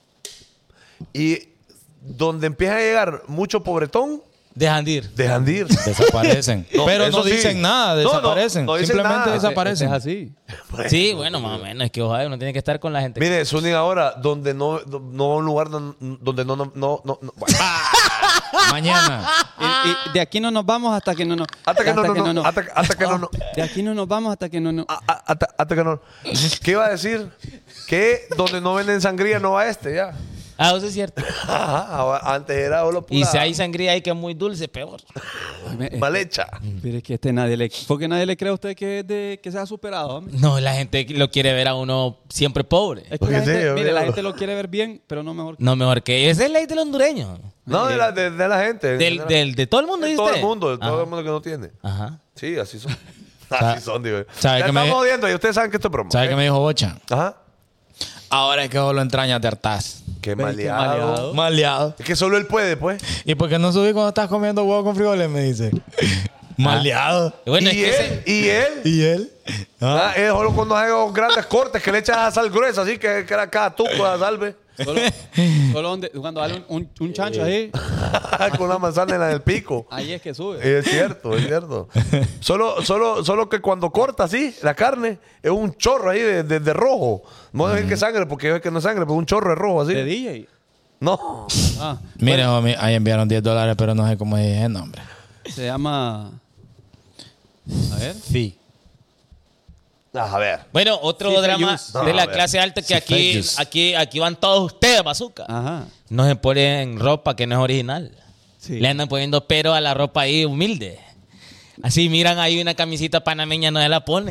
Y donde empieza a llegar mucho pobretón, Dejan de ir. dejan de ir. Desaparecen. No, Pero eso no sí. dicen nada, No, no, desaparecen. no dicen Simplemente nada. desaparecen. Es así. Sí, bueno, más o menos. Es que ojalá uno tiene que estar con la gente. Mire, Zúñiga ahora, donde no un lugar donde no. Bueno. Mañana. Y de aquí no nos vamos hasta que no nos... Hasta que no. De aquí no nos vamos hasta que no nos... Hasta que no. ¿Qué iba a decir? Que donde no venden sangría no va ya. Ah, eso es cierto. Ajá, antes era solo pura Y si hay sangría ahí que es muy dulce, peor. mal hecha. Pero es que porque nadie le cree a usted que se ha superado, hombre. No, la gente lo quiere ver a uno siempre pobre. Es que Porque la gente, sí, mire, la obvio. gente lo quiere ver bien, pero no mejor que No, mejor que esa es la ley del hondureño. No, de la gente. De todo el mundo, de ¿dice todo el usted? mundo, de todo Ajá. el mundo que no tiene. Ajá. Sí, así son. Así son, digo. ¿Sabe Ya que me- estamos jodiendo y ustedes saben que esto es broma. ¿Sabes ¿ok? qué me dijo Bocha? Ajá. Ahora es que solo entrañas de hartaz. Qué Ve, qué maleado. maleado. Maleado. Es que solo él puede, pues. ¿Y por qué no subí cuando estás comiendo huevo con frijoles? Me dice. Maleado. Y bueno, y, es que él, y él. ¿Y él? Ah, es solo cuando hace los grandes cortes que le echas a sal gruesa, así que era cada tuco a salve. Solo cuando vale un chancho ahí, Con una manzana en el pico. ahí es que sube. Es cierto, es cierto. Solo que cuando corta así la carne, es un chorro ahí de rojo. No es que sangre, porque es que no es sangre, pero un chorro de rojo así. De DJ. No. Ah, Mire, homie, ahí enviaron $10, pero no sé cómo dije el nombre. se llama... A ver. Sí. A ver. Bueno, otro Sí, drama use. de No, la a ver. clase alta que Sí, use. aquí van todos ustedes, bazooka. Ajá. No se ponen ropa que no es original. Sí. Le andan poniendo pero a la ropa ahí humilde. Así miran ahí una camisita panameña, no se la ponen.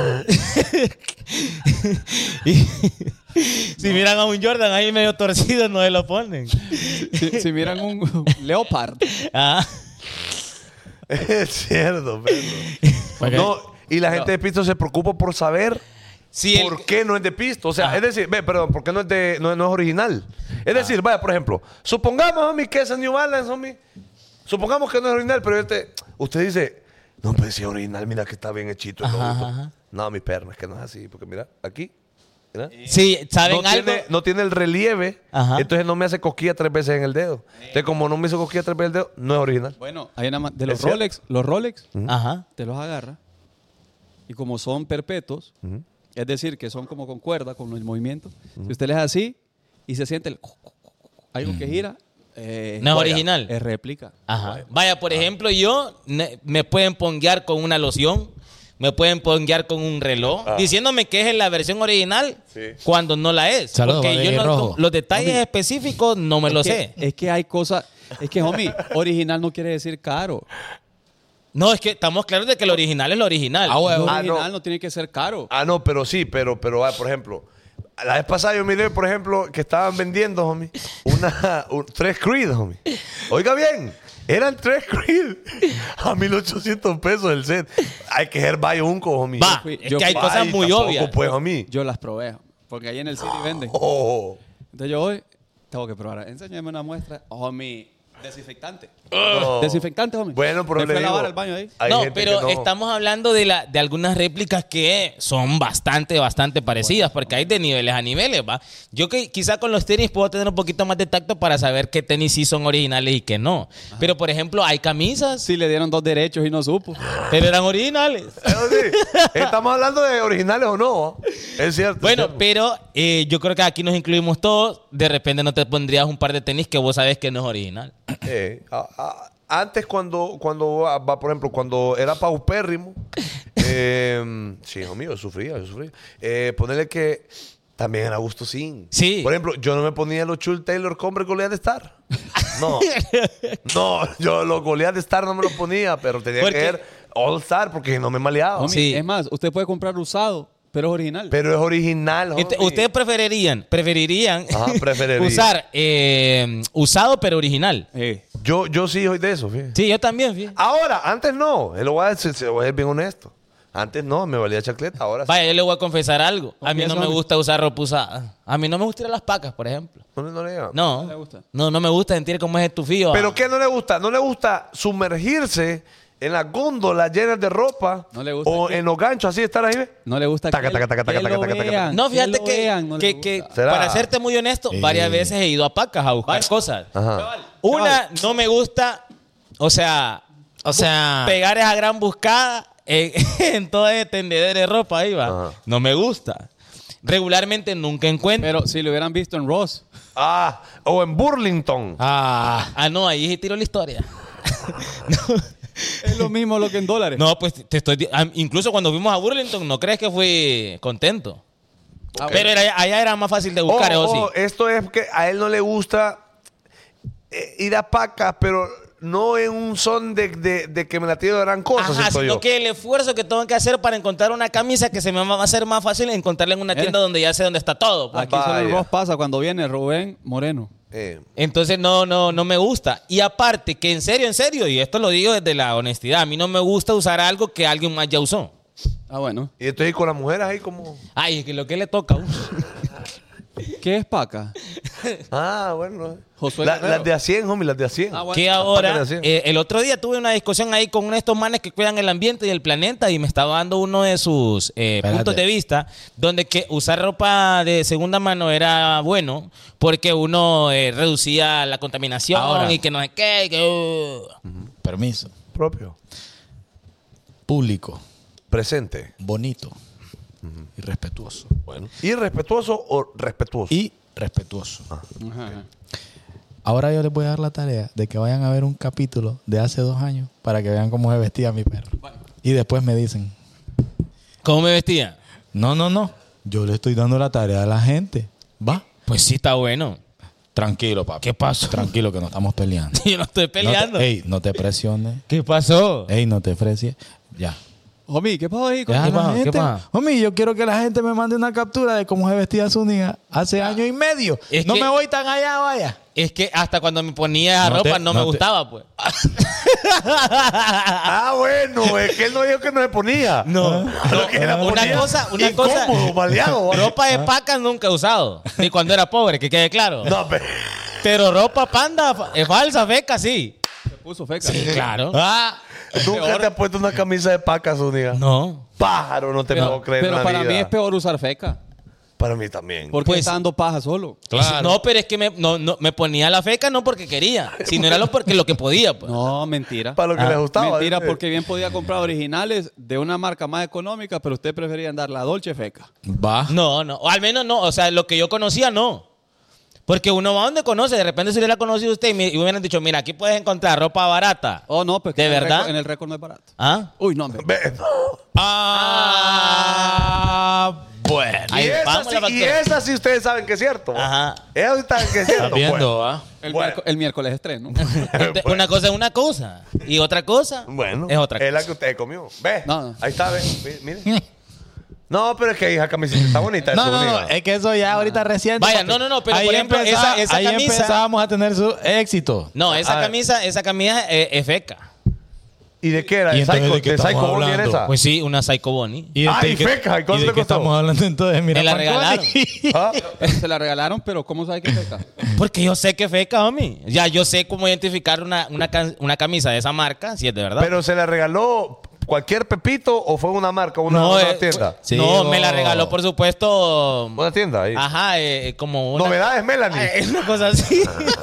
Y si miran a un Jordan ahí medio torcido, no se lo ponen. Si miran un leopard. Ah. Es cierto, Pedro. Porque- No, y la gente de Pisto se preocupa por saber Sí, el- por qué no es de Pisto. O sea, es decir, perdón, ¿por qué no es original? Es decir, vaya, por ejemplo, supongamos, homie, que ese New Balance, homie, supongamos que no es original, pero usted dice, no, pues si es original, mira que está bien hechito el Ajá, lobito. ajá. No, mi perna, es que no es así, porque mira, aquí, mira. sí, ¿saben No algo? no tiene el relieve, Ajá. entonces no me hace cosquilla 3 veces en el dedo. Entonces, como no me hizo cosquilla 3 veces en el dedo, no es original. Bueno, hay una de los ¿Es cierto? Rolex, Ajá. te los agarra y como son perpetuos, es decir, que son como con cuerda, con el movimiento, si usted le hace así y se siente algo que gira, No es original. es réplica. Ajá. Vaya, por ejemplo, me pueden ponguear con una loción, me pueden ponguear con un reloj, diciéndome que es la versión original cuando no la es. Saludos, porque yo Valeria no, Rojo. los detalles específicos no me lo sé. Es que hay cosas, es que, homie, original no quiere decir caro. No, es que estamos claros de que el original es lo original. Ah, Lo huevo. original no. no tiene que ser caro. Ah, no, pero sí, pero por ejemplo, la vez pasada yo miré, por ejemplo, que estaban vendiendo, homie, 3 Creed, homie. Oiga bien, eran 3 Creed a $1,800 el set. Hay que ser vaya unco, homie. Va, fui- es yo que hay fui- cosas Ay, muy tampoco, obvias. pues, homie. Yo las probé, porque ahí en el City venden. Oh. Entonces yo voy, tengo que probar. Enséñame una muestra. Homie, desinfectante. No. Desinfectante, homie. Bueno, pero Me le fui a digo, lavar al baño ahí. hay No, gente pero que no. estamos hablando de algunas réplicas que son bastante parecidas, porque hay de niveles a niveles, ¿va? Yo que quizá con los tenis puedo tener un poquito más de tacto para saber qué tenis sí son originales y qué no. Pero, por ejemplo, hay camisas, Sí, le dieron 2 derechos y no supo. pero eran originales. Eso sí, estamos hablando de originales o no. Es cierto. Bueno, es cierto. pero yo creo que aquí nos incluimos todos. De repente no te pondrías un par de tenis que vos sabes que no es original. Antes cuando por ejemplo, cuando era paupérrimo, sí, hijo mío, yo sufría. Ponerle que también era gusto sin. Sí. Por ejemplo, yo no me ponía los Chul Taylor Converse Goliath Star. No. No, yo los Goliath Star no me los ponía, pero tenía ¿Por que qué? ser All Star porque no me maleaba. Homie, Sí. Es más, usted puede comprar usado, pero es original. Pero es original, homie. ¿Ustedes preferirían Ajá, preferiría. usar usado pero original? Yo sí soy de eso, fíjate. Sí, yo también, fíjate. Ahora, antes no. Lo voy a decir, se lo voy a ser bien honesto. Antes no, me valía chacleta. Ahora sí. Vaya, yo le voy a confesar algo. A mí no Confiesa, me hombre. gusta usar ropa usada. A mí no me gusta ir a las pacas, por ejemplo. No le lleva. No. ¿No le gusta? No me gusta sentir cómo es estufío. ¿Pero qué no le gusta? ¿No le gusta sumergirse en las góndolas llenas de ropa? No le gusta O que- en los ganchos así, estar ahí, ¿ve? No le gusta Taca, que, taca, taca, que taca, lo taca, taca, vean. No, fíjate lo que, vean, no le que gusta. ¿Será? para serte muy honesto, varias veces he ido a pacas a buscar cosas. Ajá. Una, no me gusta, o sea, pegar esa gran buscada en todo ese tendedero de ropa ahí, va. Ajá. No me gusta. Regularmente nunca encuentro. Pero si lo hubieran visto en Ross, O en Burlington. No, ahí sí tiro la historia. es lo mismo lo que en dólares. No, pues te estoy... incluso cuando fuimos a Burlington, ¿no crees que fui contento? Pero allá era más fácil de buscar, eso sí. Esto es que a él no le gusta ir a Pacas, pero no en un son de que me la tiro de gran cosa, Ajá, siento sino yo. que el esfuerzo que tengo que hacer para encontrar una camisa que se me va a hacer más fácil encontrarla en una tienda donde ya sé dónde está todo. Pues. Aquí solo el Vaya. Ross pasa cuando viene Rubén Moreno. Entonces no me gusta. Y aparte, que en serio, y esto lo digo desde la honestidad, a mí no me gusta usar algo que alguien más ya usó. Ah, bueno. Y estoy con las mujeres ahí como... Ay, es que lo que le toca a uno. ¿Qué es Paca? Ah, bueno. Josué Las Guerrero. de a 100, homie, las de a 100. Ah, bueno. Que ahora, Paca de el otro día tuve una discusión ahí con uno de estos manes que cuidan el ambiente y el planeta y me estaba dando uno de sus puntos de vista donde que usar ropa de segunda mano era bueno porque uno reducía la contaminación Ahora. y que no sé qué. Permiso. Propio. Público, Presente. bonito y respetuoso. Bueno. ¿Irrespetuoso o respetuoso? Y respetuoso. Ajá. Ahora yo les voy a dar la tarea de que vayan a ver un capítulo de hace 2 años para que vean cómo se vestía mi perro. Y después me dicen, ¿Cómo me vestía? no. Yo le estoy dando la tarea a la gente. ¿Va? Pues sí, está bueno. Tranquilo, papi. ¿Qué pasó? Tranquilo, que no estamos peleando. Yo no estoy peleando. No te presiones. ¿Qué pasó? Ey, no te frecies. Ya. Homie, ¿qué pasó ahí? Ya, ¿Qué pasa? la gente. ¿Qué pasa? Homie, yo quiero que la gente me mande una captura de cómo se vestía Zúñiga hace año y medio. Es no que- me voy tan allá, vaya. Es que hasta cuando me ponía No ropa te- no me no te- gustaba, pues. Ah, bueno, es que él no dijo que no se ponía. No. Lo que era Una ponía cosa, incómodo, baleado. ropa de paca nunca he usado. Ni cuando era pobre, que quede claro. No, Pero ropa panda es falsa, feca, sí. Se puso feca. Sí, claro. nunca te has puesto una camisa de Pacas, Zúñiga. No. Pájaro, no te puedo creer en Pero la para vida. mí es peor usar feca. Para mí también. Porque Pues- está dando paja solo. No, pero es que me ponía la feca no porque quería, sino era porque lo que podía, pues. No, mentira. Para lo que les gustaba. Mentira, dice. porque bien podía comprar originales de una marca más económica, pero usted prefería andar la Dolce feca. Va. No, o al menos no, o sea, lo que yo conocía no. Porque uno va donde conoce, de repente si hubiera conocido usted y me hubieran dicho, mira, aquí puedes encontrar ropa barata. Oh, no, pues ¿De que en el verdad? récord- en el récord no es barato. ¿Ah? Uy, no, hombre. Ve, no. Bueno. Ahí, vamos a la Y factura. esa sí ustedes saben que es cierto. Ajá. Esa sí saben que es cierto. Estás viendo, pues. ¿va? El miércoles estreno. Una cosa es una cosa y otra cosa Bueno, es otra cosa. es la que usted comió. Ve, No. ahí está, ve. Mire. No, pero es que esa camiseta está bonita. No, Zúñiga. es que eso ya ahorita reciente. Vaya, papi. no, pero Ahí por ejemplo, esa ahí camisa- empezábamos a tener su éxito. No, esa A ver. camisa es feca. ¿Y de qué era? ¿Y ¿De entonces Psycho? de qué ¿De Psycho estamos Bonnie era hablando? esa? Pues sí, una Psycho Bonnie. ¿Y Ay, qué- feca, ¿y cuánto de le qué costó? estamos hablando entonces? Mira, Me la Fanconi. regalaron. ¿Ah? Se la regalaron, pero ¿cómo sabe que es feca? Porque yo sé que es feca, homie. Ya yo sé cómo identificar una camisa de esa marca, si es de verdad. ¿Pero se la regaló cualquier Pepito o fue una marca, una tienda? Sí, no, vos. me la regaló, por supuesto. Una tienda ahí. Ajá, como una. Novedades, Melanie. Una cosa así.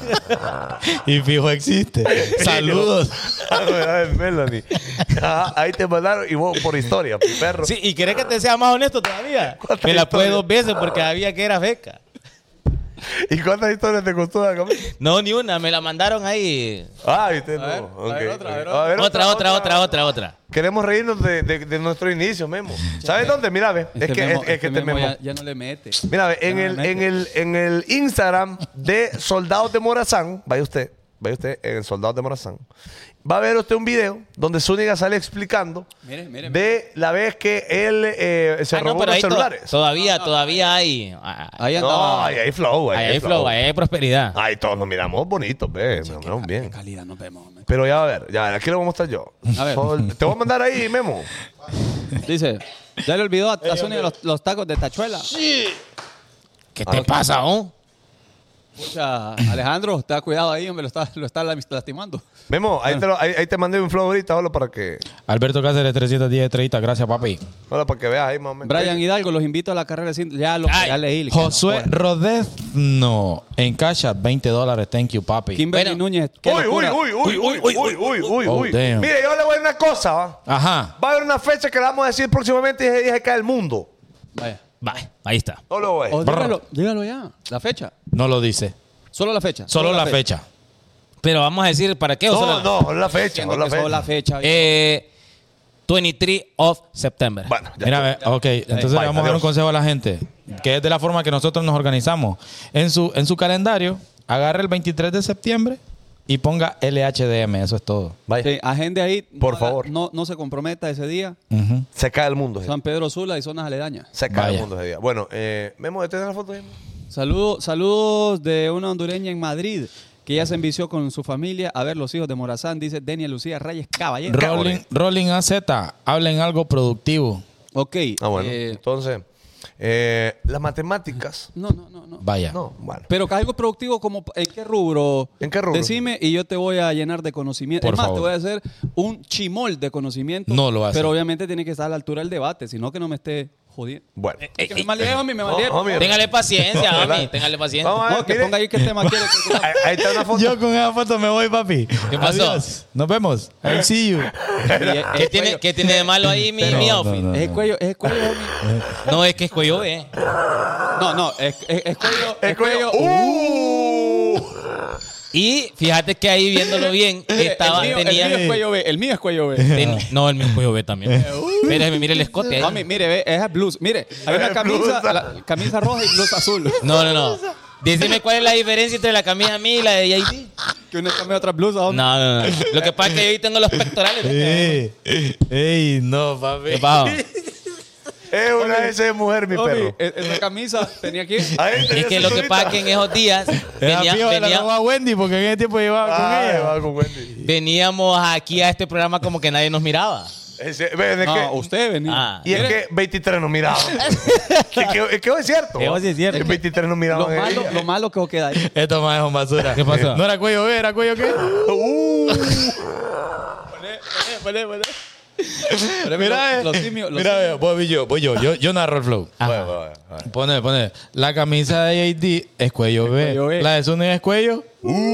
Y fijo existe. Saludos. Novedades, Melanie. Ajá, ahí te mandaron y vos por historia, mi perro. Sí, ¿y querés que te sea más honesto todavía? ¿Cuántas Me la pude historias? 2 veces porque sabía que era feca. ¿Y cuántas historias te costó la camisa? No, ni una, me la mandaron ahí. Ah, viste, no. ver, Ok, a ver, otra, ok. a ver, A ver, Otra. Queremos reírnos de nuestro inicio, Memo. ¿Sabes dónde? Mira, ve. Es que este Memo. Ya no le mete. Mira, ve, Ya no le mete. en el Instagram de Soldados de Morazán, vaya usted en el Soldados de Morazán, va a ver usted un video donde Zúñiga sale explicando Mire. de la vez que él se robó pero unos ahí celulares. todavía hay. Ahí No, andaba. ahí hay flow, Ahí hay flow, ahí hay prosperidad. Ahí todos nos miramos bonitos, ve, nos miramos Qué bien. calidad nos vemos, hombre. Pero ya va a ver, aquí lo voy a mostrar yo. A ver. Te voy a mandar ahí, Memo. Dice, ya le olvidó a Zúñiga los tacos de tachuela. ¿Qué te pasa, oh? Pucha, Alejandro, está cuidado ahí, hombre, lo está lastimando. Memo, ahí te mandé un flow ahorita, solo para que Alberto Cáceres 310-30. Gracias, papi. veas ahí, más o menos. Brian Hidalgo, los invito a la carrera de cine. Ya leí. Josué Rodezno en Cash App, $20. Thank you, papi. Kimberly Bueno. Núñez. qué Uy, locura. Oh, damn. Mire, yo le voy a decir una cosa, ¿va? Ajá. Va a haber una fecha que la vamos a decir próximamente y se cae el mundo. Vaya. Vale, ahí está. No lo voy a O decir. dígalo ya. La fecha. No lo dice. Solo la fecha. Solo la fecha. Pero vamos a decir, ¿para qué? ¿O solo- No, la fecha, no la Solo la fecha. fecha. 23 of September. Bueno, ya Mira, está. ok. Entonces Bye, le vamos a dar un adiós. consejo a la gente. que es de la forma que nosotros nos organizamos. En su calendario, agarre el 23 de septiembre y ponga LHDM, eso es todo. Vaya. Sí, agende ahí. Por favor. No se comprometa ese día. Ujú. Se cae el mundo. San Pedro Sula y zonas aledañas. Se cae el Vaya. mundo ese día. Bueno, Memo, ¿tienes la foto ahí? Saludos de una hondureña en Madrid que ya se envició con su familia a ver los hijos de Morazán, dice Denia Lucía Reyes Caballero. Rolling AZ, hablen algo productivo. Ok. Ah, bueno. Entonces, las matemáticas. No. Vaya. No, bueno. Pero que algo productivo, como ¿en qué rubro? ¿En qué rubro? Decime y yo te voy a llenar de conocimiento. Por Es más, favor. te voy a hacer un chimol de conocimiento. No lo hace. Pero obviamente tiene que estar a la altura del debate, sino que no me esté jodiendo. Bueno. Que me maldiga, homie, me maldiga. homie. Téngale paciencia, mami. Téngale paciencia. Vamos a ver, No, que mire. ponga ahí qué tema quiere. Ahí está una foto. Yo con esa foto me voy, papi. ¿Qué pasó? Adiós. Nos vemos. I'll see you. ¿Qué tiene de malo ahí mi outfit? Es el cuello, homie. No, es que es cuello, No, es cuello. El cuello. Y fíjate que ahí viéndolo bien, estaba, el mío tenía... es cuello B. El mío es cuello B. No, el mío es cuello B también. Pero mire el escote ahí. Mami, mire, ve, es el blues. Mire, hay una camisa roja y blusa azul. No. Decime cuál es la diferencia entre la camisa mía y la de JD. Que una camisa otra blusa. homie. No. Lo que pasa es que yo ahí tengo los pectorales. Ey, no, papi. ¿Qué pasó? Es una S de mujer, mi Homie, perro. esa camisa tenía aquí. Ahí Es que lo que pasa es que en esos días Era a Wendy porque en ese tiempo llevaba con ella. va con Wendy. veníamos aquí a este programa como que nadie nos miraba. Ve, No, usted venía. Ah. Y es que 23 no miraban. es que es cierto. Que vos sí es cierto. El 23 no miraban. Lo malo que queda ahí. Esto más es un basura. ¿Qué pasó? ¿No era cuello B? ¿Era cuello qué? Poné. Mira, los simios. mira, voy yo. Yo narro el flow. Pone. La camisa de JD es cuello B. Cuello B. La de Zúñiga es cuello.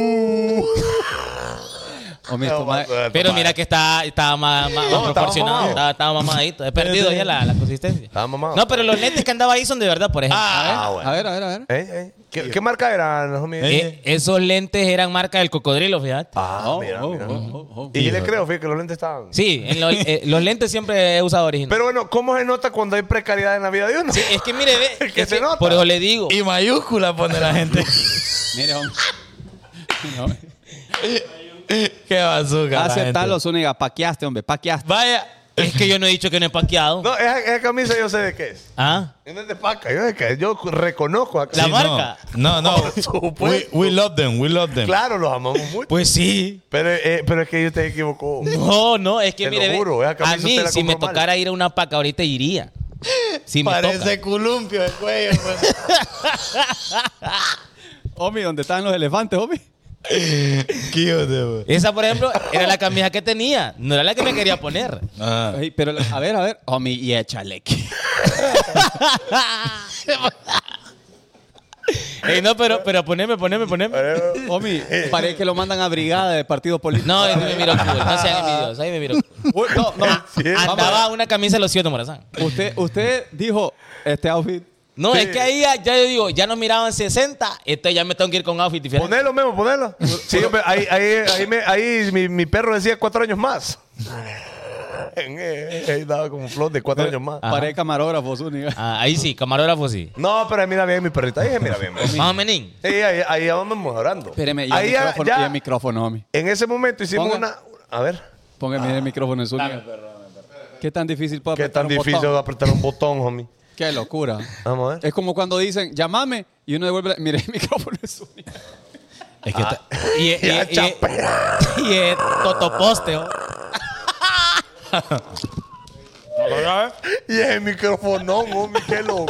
Homie, esto más- Pero mira que estaba más proporcionado. Estaba mamadito. He perdido ya la consistencia. Estaba mamado. No, pero los lentes que andaba ahí son de verdad, por ejemplo. bueno. A ver. ¿Qué marca eran, homie? Esos lentes eran marca del cocodrilo, fíjate. Mira. Oh. Y yo le creo, fíjate, que los lentes estaban. Sí, los lentes siempre he usado original. Pero bueno, ¿cómo se nota cuando hay precariedad en la vida de uno? Sí, es que mire, ve. Que es se que nota. por eso le digo. Y mayúscula pone la gente. Mire, homie. Qué bazooka. Aceptalo, Zúñiga. Paqueaste, hombre. Paqueaste. Vaya. Es que yo no he dicho que no he paqueado. No, esa camisa yo sé de qué es. ¿Ah? No es de paca, yo reconozco acá. La marca. No. Por supuesto. We love them. Claro, los amamos mucho. Pues sí. Pero es que usted equivocó. No, es que Te lo mire, ve, juro, esa camisa a mí usted la si me compró mal. tocara ir a una paca ahorita iría. Si me toca. Parece columpio el cuello. Pues. Homie, ¿dónde están los elefantes, homie? Esa, por ejemplo, era la camisa que tenía. No era la que me quería poner. Ey, pero, a ver. Homie, y échale. Ey, no, pero poneme. Homie, parece que lo mandan a brigada de partido político. No, ahí me miró el fútbol. No sean envidiosos. Ahí me miró. No. Andaba una camisa de los 7 Morazán. Usted dijo este outfit. No, es que ahí ya yo digo, ya nos miraban 60, entonces ya me tengo que ir con outfit diferente. Ponelo, Memo, ponelo. Sí, hombre, ahí mi perro decía 4 años más. Ahí daba como flor de 4 años más. Parece camarógrafo, Zúñiga. Ah, ahí sí, camarógrafo sí. No, pero mira bien mi perrita. Ahí mira bien. Más o menos. Sí, ahí ya vamos mejorando. Espéreme, y Ahí el micrófono, homie. En ese momento hicimos Ponga. una... A ver. Póngame el micrófono en Zúñiga. ¿Qué tan difícil puede Qué apretar tan un difícil botón? es apretar un botón, homie. Qué locura. Vamos a ver. Es como cuando dicen, llámame, y uno devuelve, mire el micrófono en Zúñiga. Es que Y es totoposte. ¿Oh? Y el micrófono, homie, qué loco.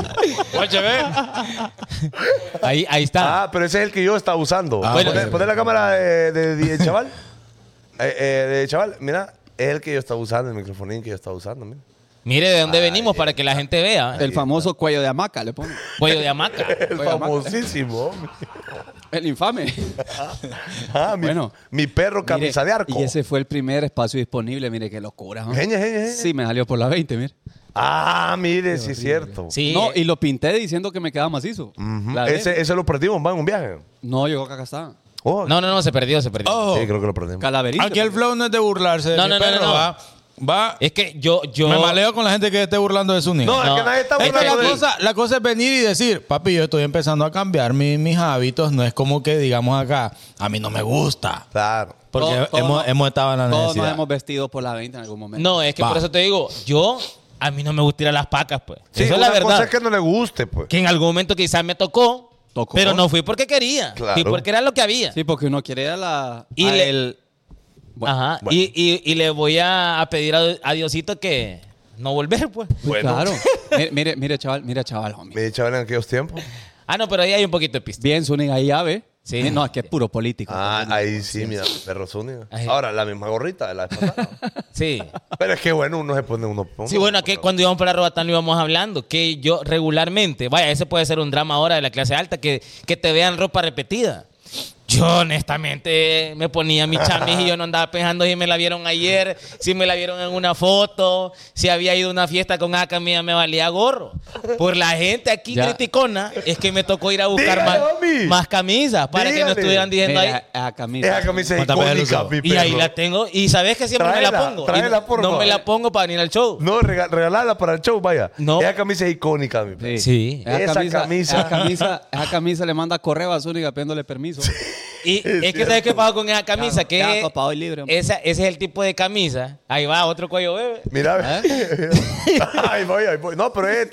Ahí está. Ah, pero ese es el que yo estaba usando. bueno. Poné la cámara de chaval. De chaval, mira, es el que yo estaba usando, el microfonín que yo estaba usando, mira. Mire de dónde venimos para que la gente vea. El famoso cuello de hamaca, le pone. Cuello de hamaca. El famosísimo, homie. El infame. Bueno. Mi perro camisa Mire, de arco. Y ese fue el primer espacio disponible. Mire qué locura. ¿no? Genia. Sí, me salió por la 20, mire. Ah, mire, sí es cierto. Sí. No, y lo pinté diciendo que me quedaba macizo. La de- Ese lo perdimos, va en un viaje. No, llegó acá está. Oh, No, se perdió. Oh, sí, creo que lo perdimos. Calaverito. aquí el flow no es de burlarse de No, mi no, perro, no. ¿va? va. Es que yo Me maleo con la gente que esté burlando de Zúñiga. No, es que nadie está Es que burlando de él. la cosa es venir y decir, papi, yo estoy empezando a cambiar mis hábitos. No es como que digamos acá, a mí no me gusta. Claro. Porque Todos hemos estado en la Todos necesidad. nos hemos vestido por la 20 en algún momento. No, es que Va. por eso te digo, a mí no me gusta ir a las pacas, pues. Sí, Eso es la una cosa verdad. es que no le guste, pues. Que en algún momento quizás me tocó, pero no fui porque quería. Claro. Fui porque era lo que había. Sí, porque uno quiere ir a Y le- el... Bueno, Ajá. bueno. Y le voy a pedir a Diosito que no volver, pues. Bueno. Claro. Mire, chaval, homie. Me echaban en aquellos tiempos. Ah, no, pero ahí hay un poquito de pista. Bien, Zúñiga, ahí ya ve. Sí. No, es que es puro político. Ah, ahí sí, mira, perro Zúñiga. Ahí. Ahora, la misma gorrita de la vez pasada. Sí. Pero es que bueno, uno se pone uno. Sí, bueno, que cuando íbamos para Robatán lo íbamos hablando, que yo regularmente, vaya, ese puede ser un drama ahora de la clase alta, que te vean ropa repetida. Yo honestamente me ponía mi chamis y yo no andaba pensando si me la vieron ayer, si me la vieron en una foto, si había ido a una fiesta con esa camisa, me valía gorro. Por la gente aquí Ya. criticona, es que me tocó ir a buscar Dígale, homie. más camisas para que no Dígale. estuvieran diciendo ahí. Mira, esa camisa. Esa camisa es ¿Cuántas veces lo icónica, usó? mi Y ahí perro. la tengo, y sabes que siempre me la Tráela, pongo. tráela, Y por no favor. me la pongo para venir al show. No, regalarla para el show, vaya. No. Esa camisa es icónica, mi perro. Sí. Esa camisa le manda correo a Zúñiga pidiéndole permiso. Y es que ¿sabes qué pasó con esa camisa? Claro, que ya, papá, hoy libre, hombre. ese es el tipo de camisa. Ahí va, otro cuello bebé. Mira, ahí voy. No, pero es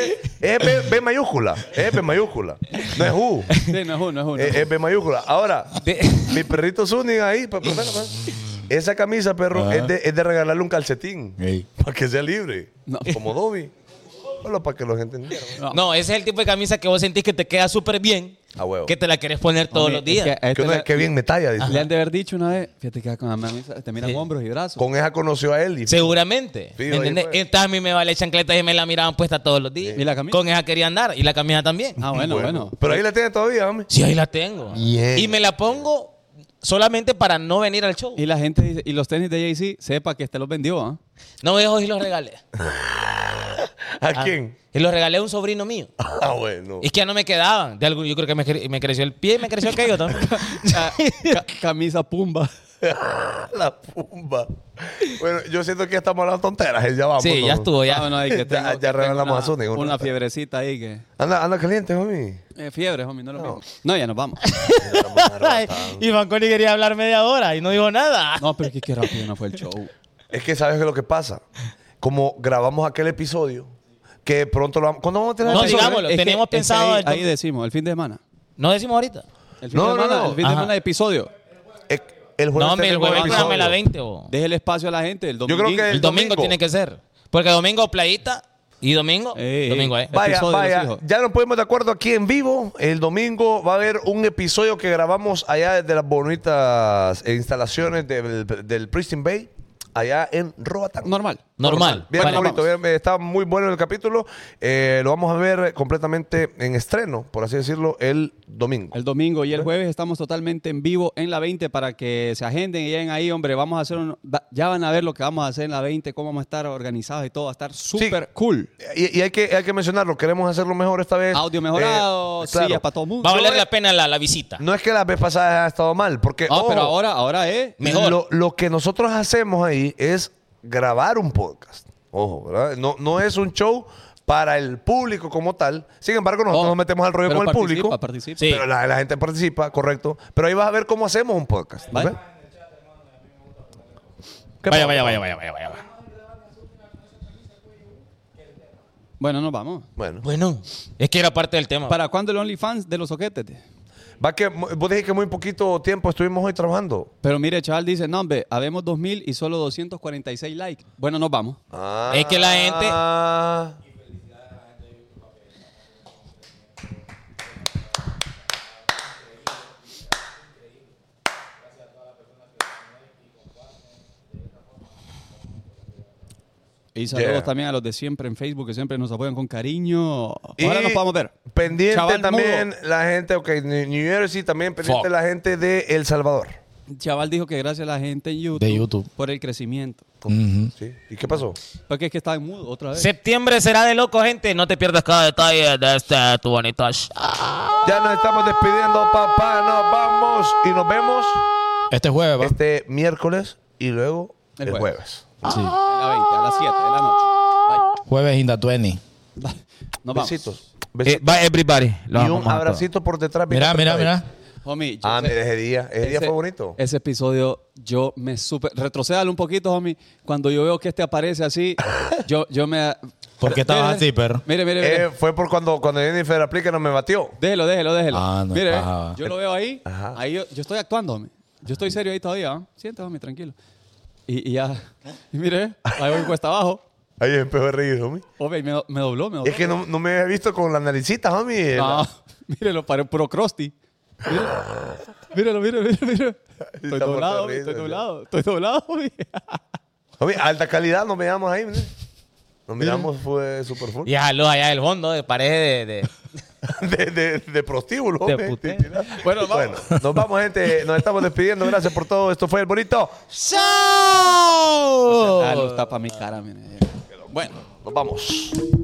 B mayúscula. Es B mayúscula. No es U. Sí, no es uno. Es B mayúscula. Ahora, De- mi perrito Zúñiga ahí, pues, esa camisa, perro, es de regalarle un calcetín. Ey. Para que sea libre. No. Como Dobby. Solo para que los entendieran. No, ese es el tipo de camisa que vos sentís que te queda súper bien. A huevo. Que te la querés poner todos Homie, los días. es que a este Que, que bien me talla, dice. le han de haber dicho una vez, fíjate que con la camisa te miran Sí. hombros y brazos. Con esa conoció a él. Y Seguramente. Sí, ¿Entendés? ahí fue. Entonces a mí me vale chancletas y me la miraban puesta todos los días. ¿Y la camisa? Con esa quería andar. Y la camisa también. Ah, bueno. Pero ahí la tiene todavía, hombre. Sí, ahí la tengo. Bien. Y me la pongo solamente para no venir al show. Y la gente dice, y los tenis de Jay-Z, sepa que este los vendió, ¿ah? No me dejó y los regalé. ¿A quién? Y los regalé a un sobrino mío. Ah, bueno. Es que ya no me quedaban. Yo creo que me creció el pie y me creció aquello también. Camisa pumba. La pumba. Bueno, yo siento que ya estamos hablando tonteras. Ya vamos. Sí, ya estuvo, ya. Ah, bueno, ahí que Ya- tengo, ya revelamos una, a Zúñiga un una rato. fiebrecita ahí que... Anda caliente, homie. Fiebre, homie, no lo mismo. No, ya nos vamos. Y Fanconi quería hablar media hora y no dijo nada. No, pero es que qué rápido no fue el show. Es que sabes qué es lo que pasa. Como grabamos aquel episodio, que pronto lo vamos. ¿Cuándo vamos a tener No, el episodio? digámoslo. Es que- teníamos es que pensado Ahí el- decimos, el fin de semana. No decimos ahorita. El fin No, de no, semana, no. el fin de Ajá. semana de episodio. El jueves No, el tenemos jueves episodio. dame la 20. Bo. Deje el espacio a la gente. El Yo domingo. creo que El domingo tiene que ser. Porque domingo playita y domingo. Domingo, Vaya, Episodio de los vaya, hijos. ya nos ponemos de acuerdo aquí en vivo. El domingo va a haber un episodio que grabamos allá desde las bonitas instalaciones del Pristine Bay, allá en Roatán. Normal. Normal. Bien Vale. bonito, bien, está muy bueno el capítulo. Lo vamos a ver completamente en estreno, por así decirlo, el domingo. El domingo y el jueves estamos totalmente en vivo en la 20 para que se agenden y lleguen ahí, hombre. Vamos a hacer ya van a ver lo que vamos a hacer en la 20, cómo vamos a estar organizados y todo. Va a estar súper cool. Y hay que mencionarlo, queremos hacerlo mejor esta vez. Audio mejorado, claro. sillas para todo el mundo. Va a valer la pena la visita. No es que la vez pasada ha estado mal, porque No, ojo, pero ahora es Mejor. Lo que nosotros hacemos ahí es grabar un podcast. Ojo, ¿verdad? No es un show para el público como tal. Sin embargo, nosotros nos metemos al rollo pero con el público. participa. Sí. Pero la gente participa, correcto. Pero ahí vas a ver cómo hacemos un podcast. ¿Vale? ¿ok? ¿Qué Vaya. pasa? Bueno, nos vamos. Bueno, Bueno, es que era parte del tema. ¿Para cuándo el OnlyFans de los soquetes? va que vos dijiste que muy poquito tiempo estuvimos hoy trabajando. Pero mire, chaval dice, no, hombre, habemos 2,000 y solo 246 likes. Bueno, nos vamos. Es que la gente- Ah. Y saludos Yeah. también a los de siempre en Facebook, que siempre nos apoyan con cariño. Y Ahora nos podemos ver. Pendiente Chaval también mudo. la gente, New Jersey, también pendiente Fuck. la gente de El Salvador. Chaval dijo que gracias a la gente en YouTube, De YouTube. por el crecimiento. Ujú. ¿Sí? ¿Y qué pasó? Porque es que está en mudo otra vez. Septiembre será de loco, gente. No te pierdas cada detalle de tu bonito show. Ya nos estamos despidiendo, papá. Nos vamos y nos vemos Este jueves, ¿va? este miércoles y luego El el jueves. jueves. Sí. En la 20, a las 7 de la noche. Jueves in the 20. Bye. Nos vamos. Besitos. Besitos. Bye, everybody. Los Y amamos un a abracito por detrás. Mira. Homie, yo Mira ese día. Ese día fue bonito. Ese episodio, yo me super... Retrocédalo un poquito, homie. Cuando yo veo que aparece así, yo me... ¿Por qué estabas así, perro? Mire. Fue por cuando Jennifer Aplica no me batió. Déjelo. Ah, no Mire, es paja. yo lo veo ahí. Ajá. Ahí yo estoy actuando, homie. Yo estoy serio ahí todavía, ¿ah? Siente, homie, tranquilo. Y ya... Y mire, ahí voy cuesta abajo. Ahí empezó a reír, homie. Homie, me dobló. Es que no me había visto con la naricita, homie. No, mire, lo paré puro crusty. Míralo. Estoy doblado, homie. Homie, alta calidad, nos miramos ahí. ¿No? Nos miramos, fue super full. Y saludos allá del fondo, de pareja De prostíbulo, de homie. puté. Bueno, vamos. Nos vamos, gente. Nos estamos despidiendo. Gracias por todo. Esto fue El Bonito. ¡Chao! Luz tapa mi cara, mire. Bueno. Nos vamos.